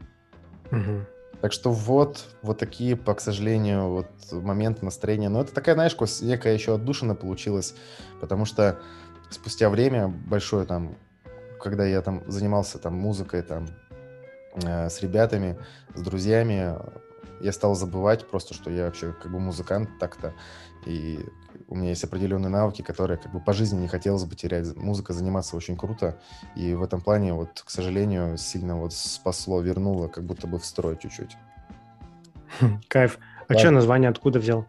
Так что вот такие, к сожалению, вот моменты настроения. Но это такая, знаешь, некая еще отдушина получилась, потому что спустя время большое там, когда я там занимался там музыкой там с ребятами, с друзьями, я стал забывать просто, что я вообще как бы музыкант так-то, и у меня есть определенные навыки, которые как бы по жизни не хотелось бы терять. Музыка заниматься очень круто, и в этом плане вот, к сожалению, сильно вот спасло, вернуло как будто бы в строй чуть-чуть. Кайф. А что название откуда взял?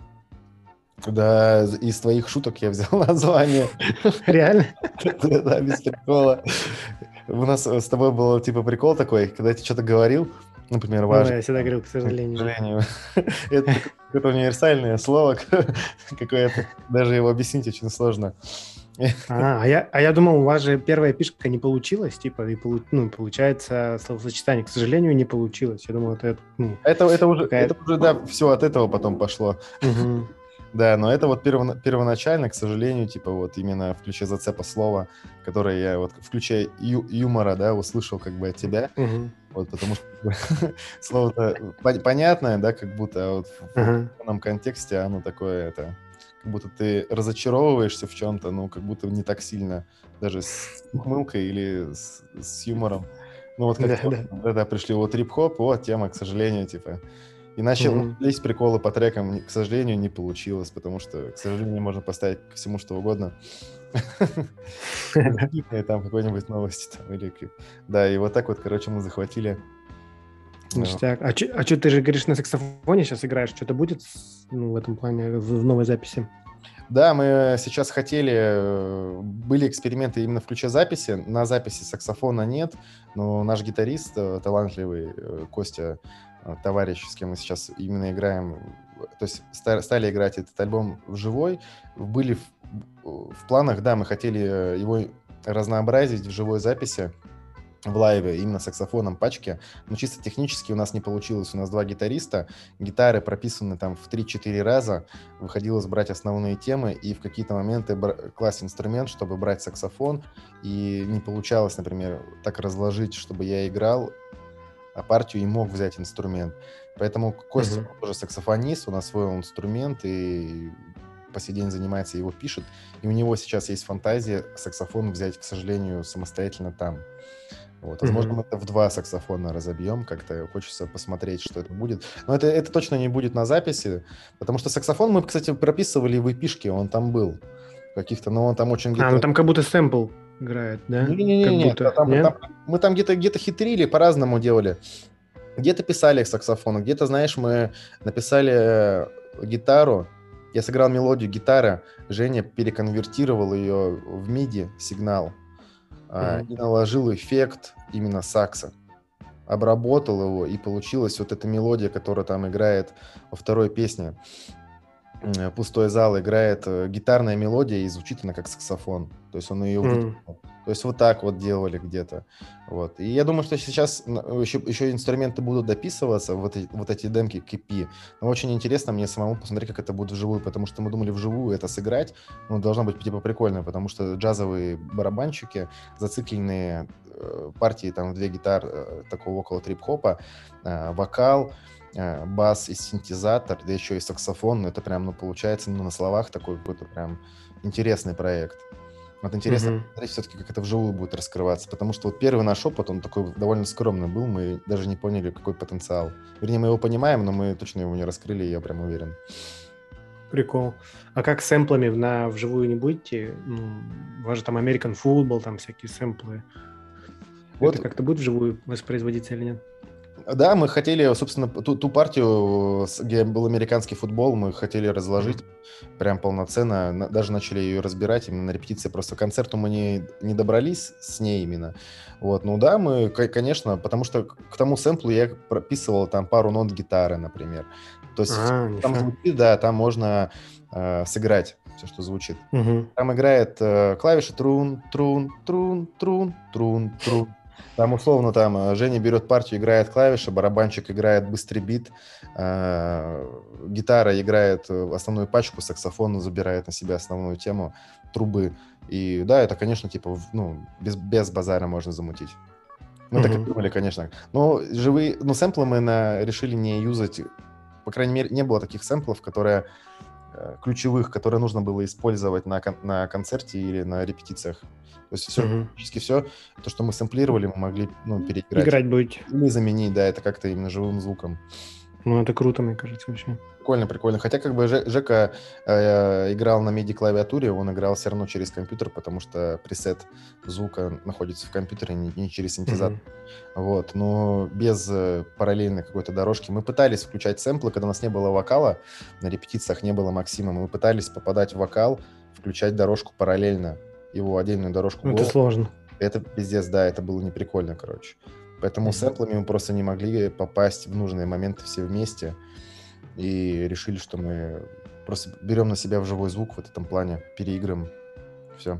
Да, из твоих шуток я взял название. Реально? Да, без прикола. У нас с тобой был типа прикол такой, когда я тебе что-то говорил, например, важно. Я всегда говорил, к сожалению. К сожалению. Это какое-то универсальное слово какое-то, даже его объяснить очень сложно. А я думал, у вас же первая пишка не получилась, типа, и получается словосочетание, к сожалению, не получилось. Я думал, это уже, да, все от этого потом пошло. Да, но это вот первоначально, к сожалению, типа вот именно в ключе зацепа слова, которое я вот в ключе юмора, да, услышал как бы от тебя. Вот, потому что слово-то понятное, да, как будто, а вот в данном контексте оно такое, это, как будто ты разочаровываешься в чем-то, ну, как будто не так сильно, даже с ухмылкой или с юмором. Ну, вот как когда пришли вот трип-хоп, вот тема, к сожалению, типа. И начал лезть приколы по трекам, к сожалению, не получилось, потому что, к сожалению, можно поставить ко всему что угодно. Там какой-нибудь новости. Да, и вот так вот, короче, мы захватили. Ништяк. А что, ты же говоришь, на саксофоне сейчас играешь? Что-то будет в этом плане в новой записи? Да, мы сейчас хотели, были эксперименты именно в ключе записи. На записи саксофона нет, но наш гитарист, талантливый Костя, товарищ, с кем мы сейчас именно играем, то есть стали играть этот альбом вживой, были в планах, да, мы хотели его разнообразить в живой записи, в лайве, именно саксофоном пачки, но чисто технически у нас не получилось. У нас 2 гитариста, гитары прописаны там в 3-4 раза, выходилось брать основные темы и в какие-то моменты класть инструмент, чтобы брать саксофон, и не получалось, например, так разложить, чтобы я играл, а партию и мог взять инструмент. Поэтому Костя тоже саксофонист, он освоил инструмент, и по сей день занимается, его пишет, и у него сейчас есть фантазия саксофон взять, к сожалению, самостоятельно там. Вот. Возможно, мы это в 2 саксофона разобьем, как-то хочется посмотреть, что это будет. Но это точно не будет на записи, потому что саксофон мы, кстати, прописывали в эпишке, он там был каких-то, но он там очень ну там как будто сэмпл играет, да? Не-не-не, Нет? мы там где-то хитрили, по-разному делали. Где-то писали саксофон, где-то, знаешь, мы написали гитару, я сыграл мелодию гитары, Женя переконвертировал ее в MIDI сигнал и наложил эффект именно сакса. Обработал его, и получилась вот эта мелодия, которая там играет во второй песне. Пустой зал играет гитарная мелодия, и звучит она как саксофон. То есть он ее вытянул. То есть вот так вот делали где-то. Вот. И я думаю, что сейчас еще инструменты будут дописываться, вот эти демки к EP. Но очень интересно мне самому посмотреть, как это будет вживую, потому что мы думали вживую это сыграть, ну, должно быть типа прикольно, потому что джазовые барабанщики, зацикленные партии, там, 2 гитар, такого около трип-хопа, вокал, бас и синтезатор, да еще и саксофон, это прям, ну, получается, ну, на словах такой какой-то прям интересный проект. Вот интересно посмотреть все-таки, как это вживую будет раскрываться, потому что вот первый наш опыт, он такой довольно скромный был, мы даже не поняли, какой потенциал. Вернее, мы его понимаем, но мы точно его не раскрыли, я прям уверен. Прикол. А как с сэмплами вживую не будете? Ну, у вас же там American Football, там всякие сэмплы. Вот. Это как-то будет вживую воспроизводиться или нет? Да, мы хотели, собственно, ту партию, где был американский футбол, мы хотели разложить прям полноценно, даже начали ее разбирать именно на репетиции, просто к концерту мы не добрались с ней именно. Вот, ну да, мы, конечно, потому что к тому сэмплу я прописывал там пару нот гитары, например. То есть там звучит, да, там можно сыграть все, что звучит. Там играет клавиши трун, трун, трун, трун, трун, трун. Там условно там Женя берет партию, играет клавиши, барабанщик играет быстрый бит, гитара играет основную пачку, саксофон забирает на себя основную тему, трубы. И да, это, конечно, типа, ну, без базара можно замутить. Мы так и думали, конечно. Но живые, ну, сэмплы мы решили не юзать. По крайней мере, не было таких сэмплов, которые ключевых, которые нужно было использовать на концерте или на репетициях. То есть все, практически все, то, что мы сэмплировали, мы могли, ну, переиграть. Играть будете. Или заменить, да, это как-то именно живым звуком. Ну, это круто, мне кажется, вообще. Прикольно, прикольно. Хотя как бы Жека играл на MIDI-клавиатуре, он играл все равно через компьютер, потому что пресет звука находится в компьютере, не через синтезатор. Вот, но без параллельной какой-то дорожки. Мы пытались включать сэмплы, когда у нас не было вокала, на репетициях не было Максима, мы пытались попадать в вокал, включать дорожку параллельно, его отдельную дорожку. Это сложно. Это пиздец, да, это было неприкольно, короче. Поэтому сэмплами мы просто не могли попасть в нужные моменты все вместе. И решили, что мы просто берем на себя в живой звук в этом плане, переигрываем. Все.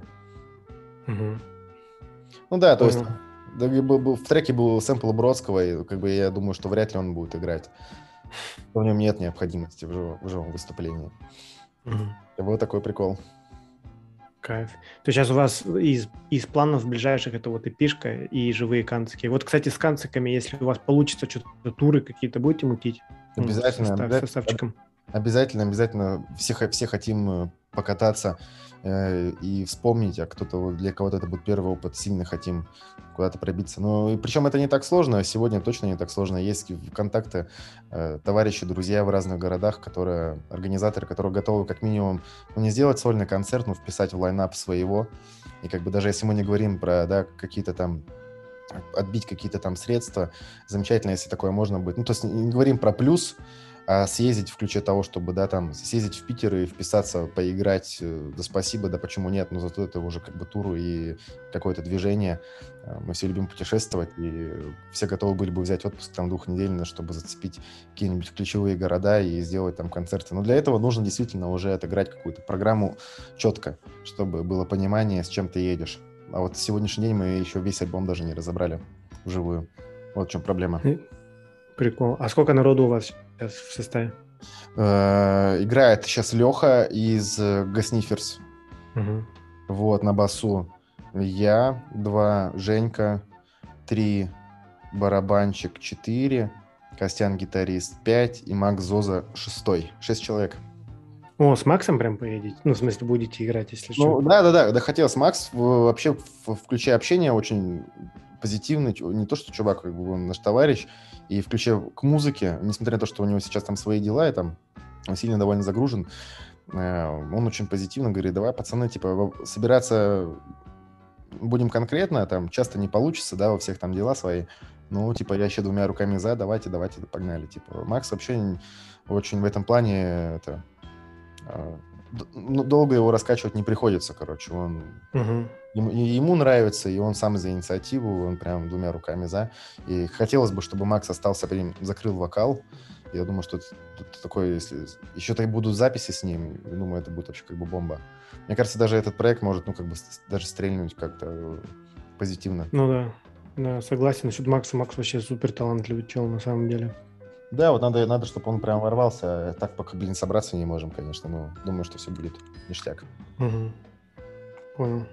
Ну да, то есть в треке был сэмпл Бродского, и как бы я думаю, что вряд ли он будет играть. В нем нет необходимости в живом выступлении. Это был такой прикол. Кайф. То сейчас у вас из планов ближайших это вот эпишка и живые канцики. Вот, кстати, с канциками, если у вас получится что-то, туры какие-то будете мутить? Обязательно. Составчиком. Обязательно. Все хотим покататься и вспомнить, а для кого-то это будет первый опыт, сильно хотим куда-то пробиться. Ну, и причем это не так сложно, сегодня точно не так сложно. Есть контакты, товарищи, друзья в разных городах, организаторы, которые готовы как минимум, не сделать сольный концерт, но вписать в лайнап своего. И как бы даже если мы не говорим про, какие-то там отбить какие-то там средства, замечательно, если такое можно будет. Ну, то есть не говорим про плюс, а съездить в ключе того, чтобы, съездить в Питер и вписаться, поиграть, да спасибо, да почему нет, но зато это уже как бы тур и какое-то движение. Мы все любим путешествовать, и все готовы были бы взять отпуск там 2-недельный, чтобы зацепить какие-нибудь ключевые города и сделать там концерты. Но для этого нужно действительно уже отыграть какую-то программу четко, чтобы было понимание, с чем ты едешь. А вот сегодняшний день мы еще весь альбом даже не разобрали вживую. Вот в чем проблема. Прикол. А сколько народу у вас сейчас в составе? Играет сейчас Леха из Гасниферс. Вот, на басу. Я, 2, Женька, 3, барабанщик 4, Костян гитарист 5 и Макс Зоза 6. 6 человек. О, с Максом прям поедете? Ну, в смысле, будете играть, если Ну, что. да, хотелось. Макс вообще в ключе общения очень позитивный, не то, что чувак, как бы он наш товарищ, и в ключе к музыке, несмотря на то, что у него сейчас там свои дела, и там он сильно довольно загружен, он очень позитивно говорит: давай, пацаны, типа, собираться будем конкретно, там часто не получится, да, у всех там дела свои, ну, типа, я еще двумя руками за, давайте, погнали, типа. Макс вообще очень в этом плане, это, долго его раскачивать не приходится, короче, он... Угу. Ему нравится, и он сам за инициативу, он прям двумя руками за. И хотелось бы, чтобы Макс остался, закрыл вокал. Я думаю, что тут такое, если еще так будут записи с ним, я думаю, это будет вообще как бы бомба. Мне кажется, даже этот проект может, ну, как бы даже стрельнуть как-то позитивно. Ну да, да, согласен. Насчет Макса. Макс вообще супер талантливый чел на самом деле. Да, вот надо, чтобы он прям ворвался. Так пока, собраться не можем, конечно, но думаю, что все будет ништяк. Угу. Понял.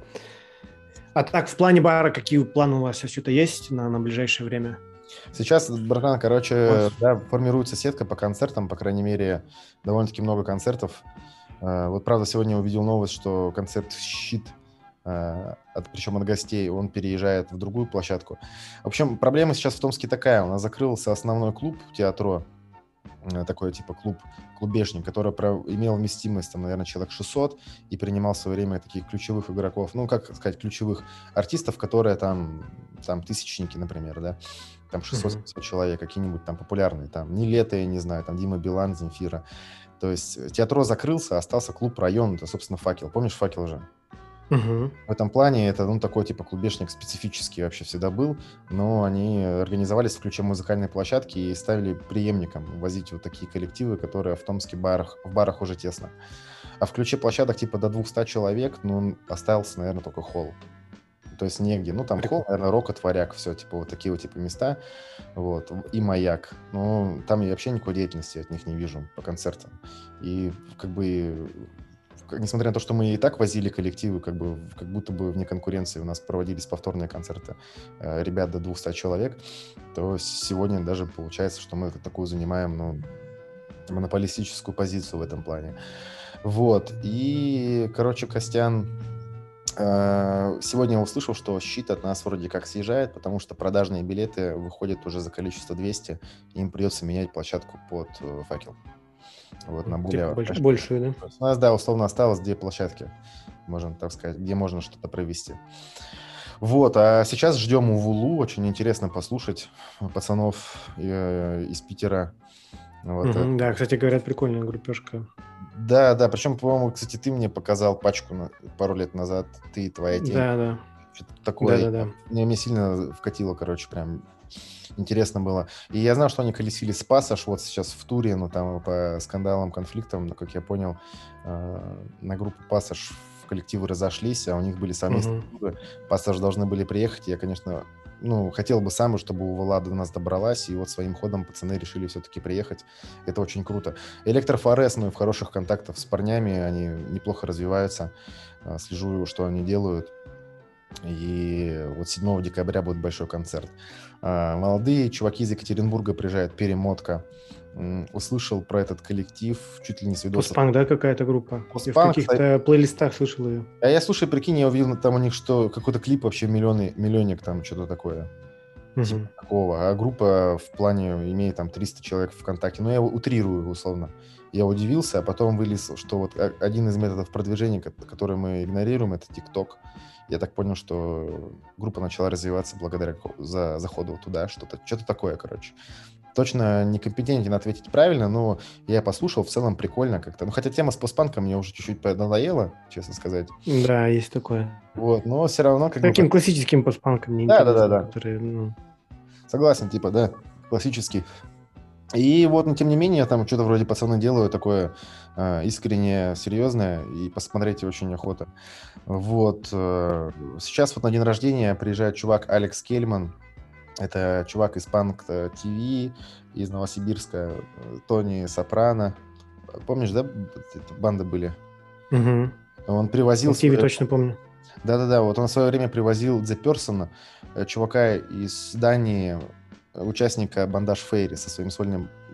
А так, в плане бара, какие планы у вас что-то есть на ближайшее время? Сейчас, братан, короче, да, формируется сетка по концертам, по крайней мере, довольно-таки много концертов. Вот, правда, сегодня увидел новость, что концерт «Щит», причем от гостей, он переезжает в другую площадку. В общем, проблема сейчас в Томске такая. У нас закрылся основной клуб театро, такой типа клубешник, который имел вместимость, там, наверное, человек 600 и принимал в свое время таких ключевых игроков, ну, как сказать, ключевых артистов, которые там тысячники, например, да, там 600 человек, какие-нибудь там популярные, там, Нилетто, я не знаю, там, Дима Билан, Земфира. То есть театро закрылся, остался клуб «Район», это, собственно, «Факел». Помнишь «Факел» же? Угу. В этом плане это, ну, такой типа клубешник специфический вообще всегда был, но они организовались в ключе музыкальной площадки и ставили преемником возить вот такие коллективы, которые в Томске в барах уже тесно. А в ключе площадок типа до 200 человек, ну, остался, наверное, только холл. То есть негде. Ну, там холл, наверное, Рокот, Варяг, все, типа, вот такие вот типа места, вот, и Маяк. Ну, там я вообще никакой деятельности от них не вижу по концертам. И как бы... Несмотря на то, что мы и так возили коллективы, как будто бы вне конкуренции у нас проводились повторные концерты ребят до 200 человек, то сегодня даже получается, что мы такую занимаем, ну, монополистическую позицию в этом плане. Вот. И, короче, Костян, сегодня я услышал, что «Щит» от нас вроде как съезжает, потому что продажные билеты выходят уже за количество 200, и им придется менять площадку под «Факел». Вот, на более... Большую, да? У нас, да, условно осталось 2 площадки, можно так сказать, где можно что-то провести. Вот, а сейчас ждем Увулу, очень интересно послушать пацанов из Питера. Вот, да, кстати, говорят, прикольная группешка. Да, причем, по-моему, кстати, ты мне показал пачку пару лет назад, ты и твоя тень. Да. Что-то такое. Да. Мне сильно вкатило, короче, прям... Интересно было. И я знал, что они колесили с Пассаж вот сейчас в туре, но там по скандалам, конфликтам, как я понял, на группу Пассаж в коллективы разошлись, а у них были совместные туры. Пассаж должны были приехать. Я, конечно, хотел бы сам, чтобы Увула до нас добралась, и вот своим ходом пацаны решили все-таки приехать. Это очень круто. Электрофорез, мы в хороших контактах с парнями, они неплохо развиваются. Слежу, что они делают. И вот 7 декабря будет большой концерт. Молодые чуваки из Екатеринбурга приезжают, перемотка. Услышал про этот коллектив, чуть ли не с видосов. Постпанк, да, какая-то группа? Постпанк, я в каких-то плейлистах слышал ее. А я, слушай, прикинь, я увидел там у них, что какой-то клип вообще миллионник, там что-то такое. Типа такого. А группа в плане имеет там 300 человек в ВКонтакте. Ну, я утрирую, условно. Я удивился, а потом вылез, что вот один из методов продвижения, который мы игнорируем, это TikTok. Я так понял, что группа начала развиваться благодаря заходу туда, что-то такое, короче. Точно некомпетентен ответить правильно, но я послушал, в целом прикольно как-то. Ну, хотя тема с постпанком мне уже чуть-чуть надоела, честно сказать. Да, есть такое. Вот, но все равно... Таким классическим постпанком мне интересно. Да. Которые, Согласен, типа, да, классический. И вот, но тем не менее, там что-то вроде пацаны делают такое искренне серьезное, и посмотреть очень охота. Вот. Сейчас вот на день рождения приезжает чувак Алекс Кельман. Это чувак из Punk TV, из Новосибирска, Тони Сопрано. Помнишь, да, банды были? Угу. Он привозил... TV точно помню. Да, вот он в свое время привозил The Person, чувака из Дании, участника Бандаж Фейри со своим сольным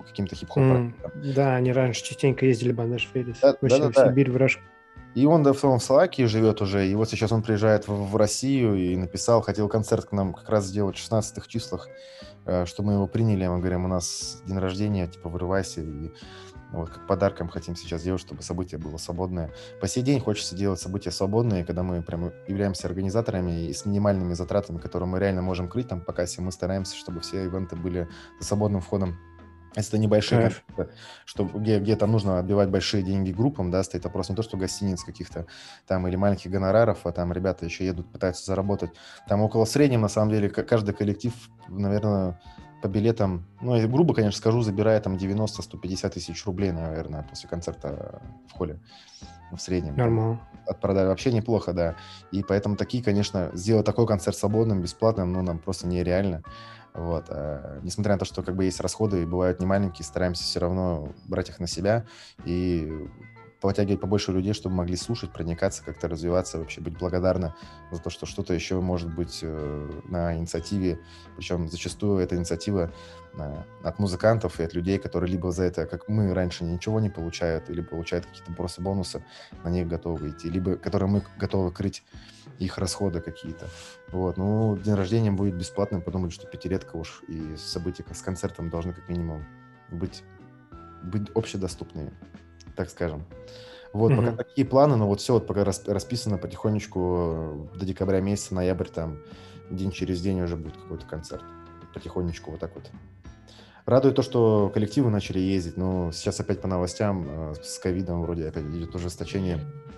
каким-то хип-хоп. Да, они раньше частенько ездили Бандаж Феррис. Да, Вообще в Сибирь, в Рашку. И он, в Словакии живет уже, и вот сейчас он приезжает в Россию и написал, хотел концерт к нам как раз сделать в 16 числах, что мы его приняли, мы говорим, у нас день рождения, типа, вырывайся, и вот как подарком хотим сейчас сделать, чтобы событие было свободное. По сей день хочется делать события свободные, когда мы прям являемся организаторами и с минимальными затратами, которые мы реально можем крыть там по кассе, мы стараемся, чтобы все ивенты были со свободным входом. Если это небольшие концерты, где там нужно отбивать большие деньги группам, да, стоит вопрос не то, что гостиниц каких-то там или маленьких гонораров, а там ребята еще едут, пытаются заработать. Там около среднем, на самом деле, каждый коллектив, наверное, по билетам, ну, я грубо, конечно, скажу, забирает там 90-150 тысяч рублей, наверное, после концерта в холле в среднем. Нормально. От продажи вообще неплохо, да. И поэтому такие, конечно, сделать такой концерт свободным, бесплатным, ну, нам просто нереально. Вот. Несмотря на то, что как бы есть расходы и бывают немаленькие, стараемся все равно брать их на себя и подтягивать побольше людей, чтобы могли слушать, проникаться, как-то развиваться, вообще быть благодарны за то, что что-то еще может быть на инициативе. Причем зачастую эта инициатива от музыкантов и от людей, которые либо за это, как мы раньше, ничего не получают, или получают какие-то просто бонусы, на них готовы идти, либо которые мы готовы крыть их расходы какие-то. Вот. Ну, день рождения будет бесплатным, подумали, что пятилетка уж, и события с концертом должны как минимум быть общедоступными, так скажем. Вот, пока такие планы, но вот все вот пока расписано потихонечку до декабря месяца, ноябрь, там, день через день уже будет какой-то концерт. Потихонечку вот так вот. Радует то, что коллективы начали ездить, но сейчас опять по новостям с ковидом вроде опять идет ужесточение.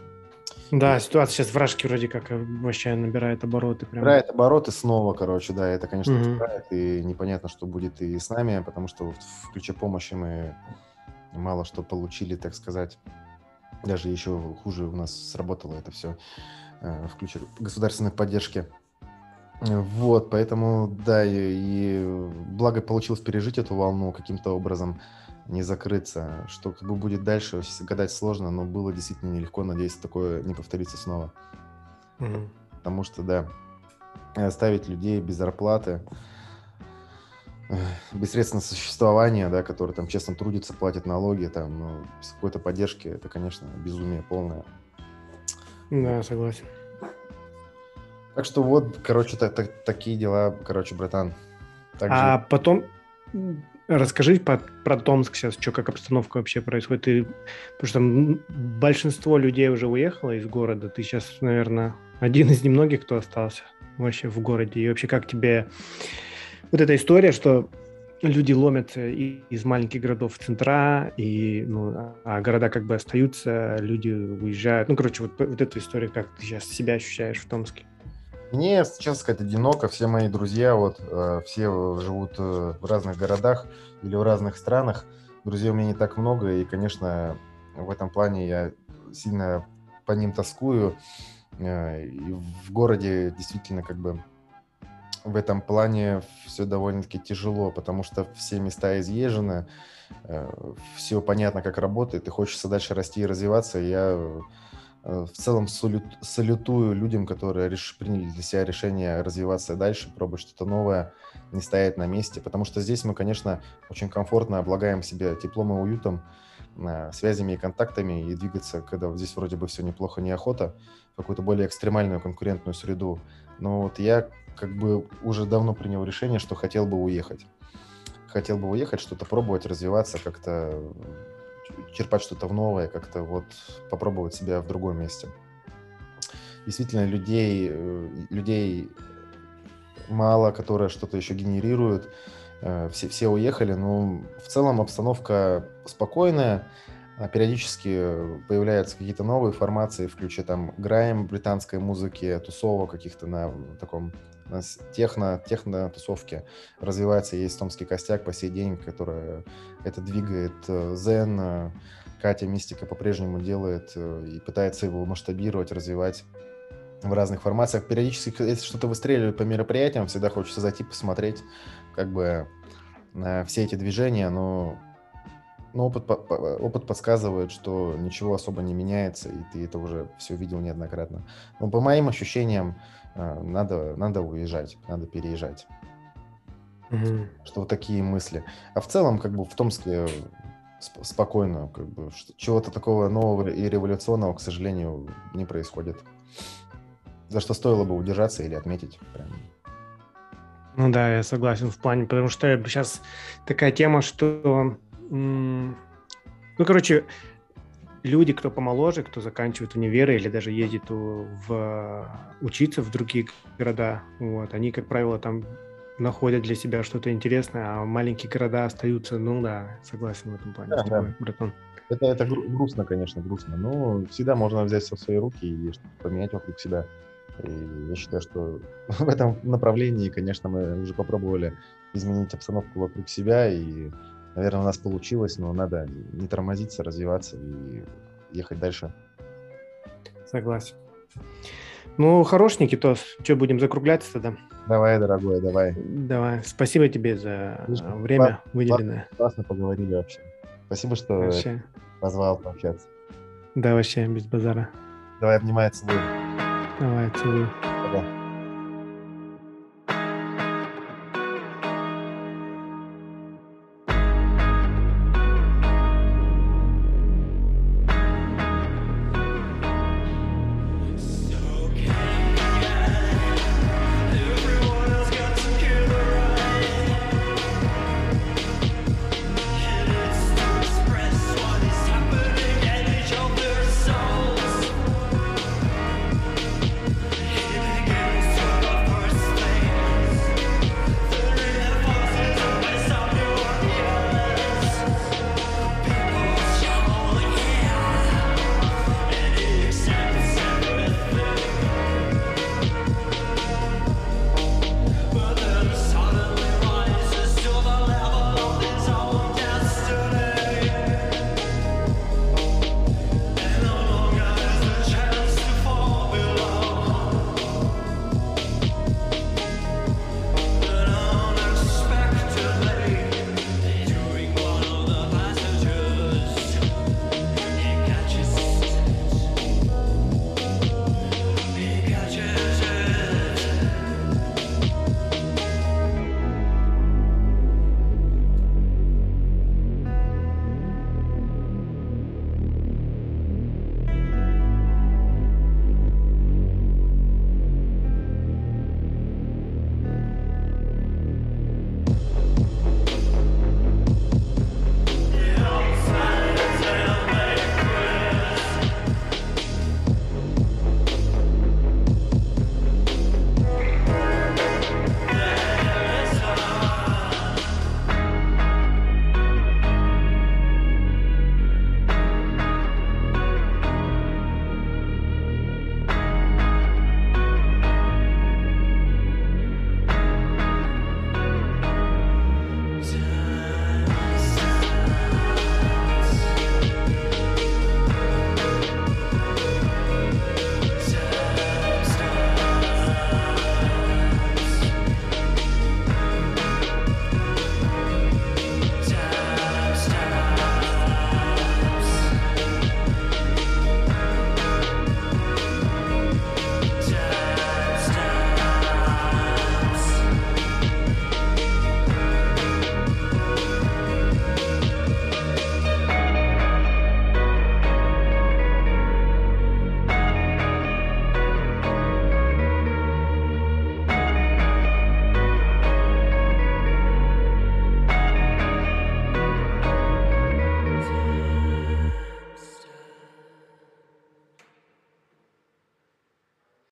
Да, ситуация сейчас в Рашке вроде как вообще набирает обороты. Прям. Набирает обороты снова, короче, да, это, конечно, пугает, и непонятно, что будет и с нами, потому что вот в ключе помощи мы мало что получили, так сказать. Даже еще хуже у нас сработало это все в ключе государственной поддержки. Вот, поэтому, да, и благо получилось пережить эту волну каким-то образом, не закрыться. Что как бы будет дальше, гадать сложно, но было действительно нелегко. Надеюсь, такое не повторится снова. Потому что, да, оставить людей без зарплаты, без средств на существование, да, которые там честно трудятся, платят налоги, там, ну, без какой-то поддержки, это, конечно, безумие полное. Да, согласен. Так что вот, короче, такие дела, короче, братан. Потом расскажи про Томск сейчас, что, как обстановка вообще происходит. Потому что большинство людей уже уехало из города. Ты сейчас, наверное, один из немногих, кто остался вообще в городе. И вообще, как тебе вот эта история, что люди ломятся из маленьких городов в центра, а города как бы остаются, люди уезжают. Ну, короче, вот эта история, как ты сейчас себя ощущаешь в Томске? Мне, честно сказать, одиноко. Все мои друзья, вот, все живут в разных городах или в разных странах. Друзей у меня не так много, и, конечно, в этом плане я сильно по ним тоскую. И в городе действительно как бы в этом плане все довольно-таки тяжело, потому что все места изъезжены, все понятно, как работает, и хочется дальше расти и развиваться. Я в целом салютую людям, которые приняли для себя решение развиваться дальше, пробовать что-то новое, не стоять на месте, потому что здесь мы, конечно, очень комфортно облагаем себя теплом и уютом, связями и контактами, и двигаться, когда вот здесь вроде бы все неплохо, неохота, в какую-то более экстремальную конкурентную среду. Но вот я как бы уже давно принял решение, что хотел бы уехать. Хотел бы уехать, что-то пробовать, развиваться, как-то черпать что-то новое, как-то вот попробовать себя в другом месте. Действительно, людей мало, которые что-то еще генерируют. Все уехали, но в целом обстановка спокойная. Периодически появляются какие-то новые формации в ключе там граем британской музыки, тусовок каких-то на таком техно-тусовке развивается. Есть томский костяк по сей день, которая это двигает. Зен, Катя Мистика по-прежнему делает и пытается его масштабировать, развивать в разных формациях. Периодически, если что-то выстреливает по мероприятиям, всегда хочется зайти посмотреть как бы на все эти движения, но опыт подсказывает, что ничего особо не меняется, и ты это уже все видел неоднократно. Но по моим ощущениям, надо уезжать, надо переезжать. Что вот такие мысли. А в целом, как бы в Томске спокойно, как бы чего-то такого нового и революционного, к сожалению, не происходит. За что стоило бы удержаться или отметить. Прям. Ну да, я согласен в плане, потому что сейчас такая тема, что, люди, кто помоложе, кто заканчивает универы или даже едет учиться в другие города, вот, они, как правило, там находят для себя что-то интересное, а маленькие города остаются, ну да, согласен в этом плане с тобой, братан. Это грустно, конечно, грустно, но всегда можно взять все в свои руки и что-то поменять вокруг себя. И я считаю, что в этом направлении, конечно, мы уже попробовали изменить обстановку вокруг себя, и, наверное, у нас получилось, но надо не тормозиться, развиваться и ехать дальше. Согласен. Ну, хорош, Никитос. Что, будем закругляться тогда? Давай, дорогой, давай. Давай. Спасибо тебе за время выделенное. Классно поговорили вообще. Спасибо, что позвал пообщаться. Да, вообще, без базара. Давай, обнимай, целую. Давай, целую. Пока.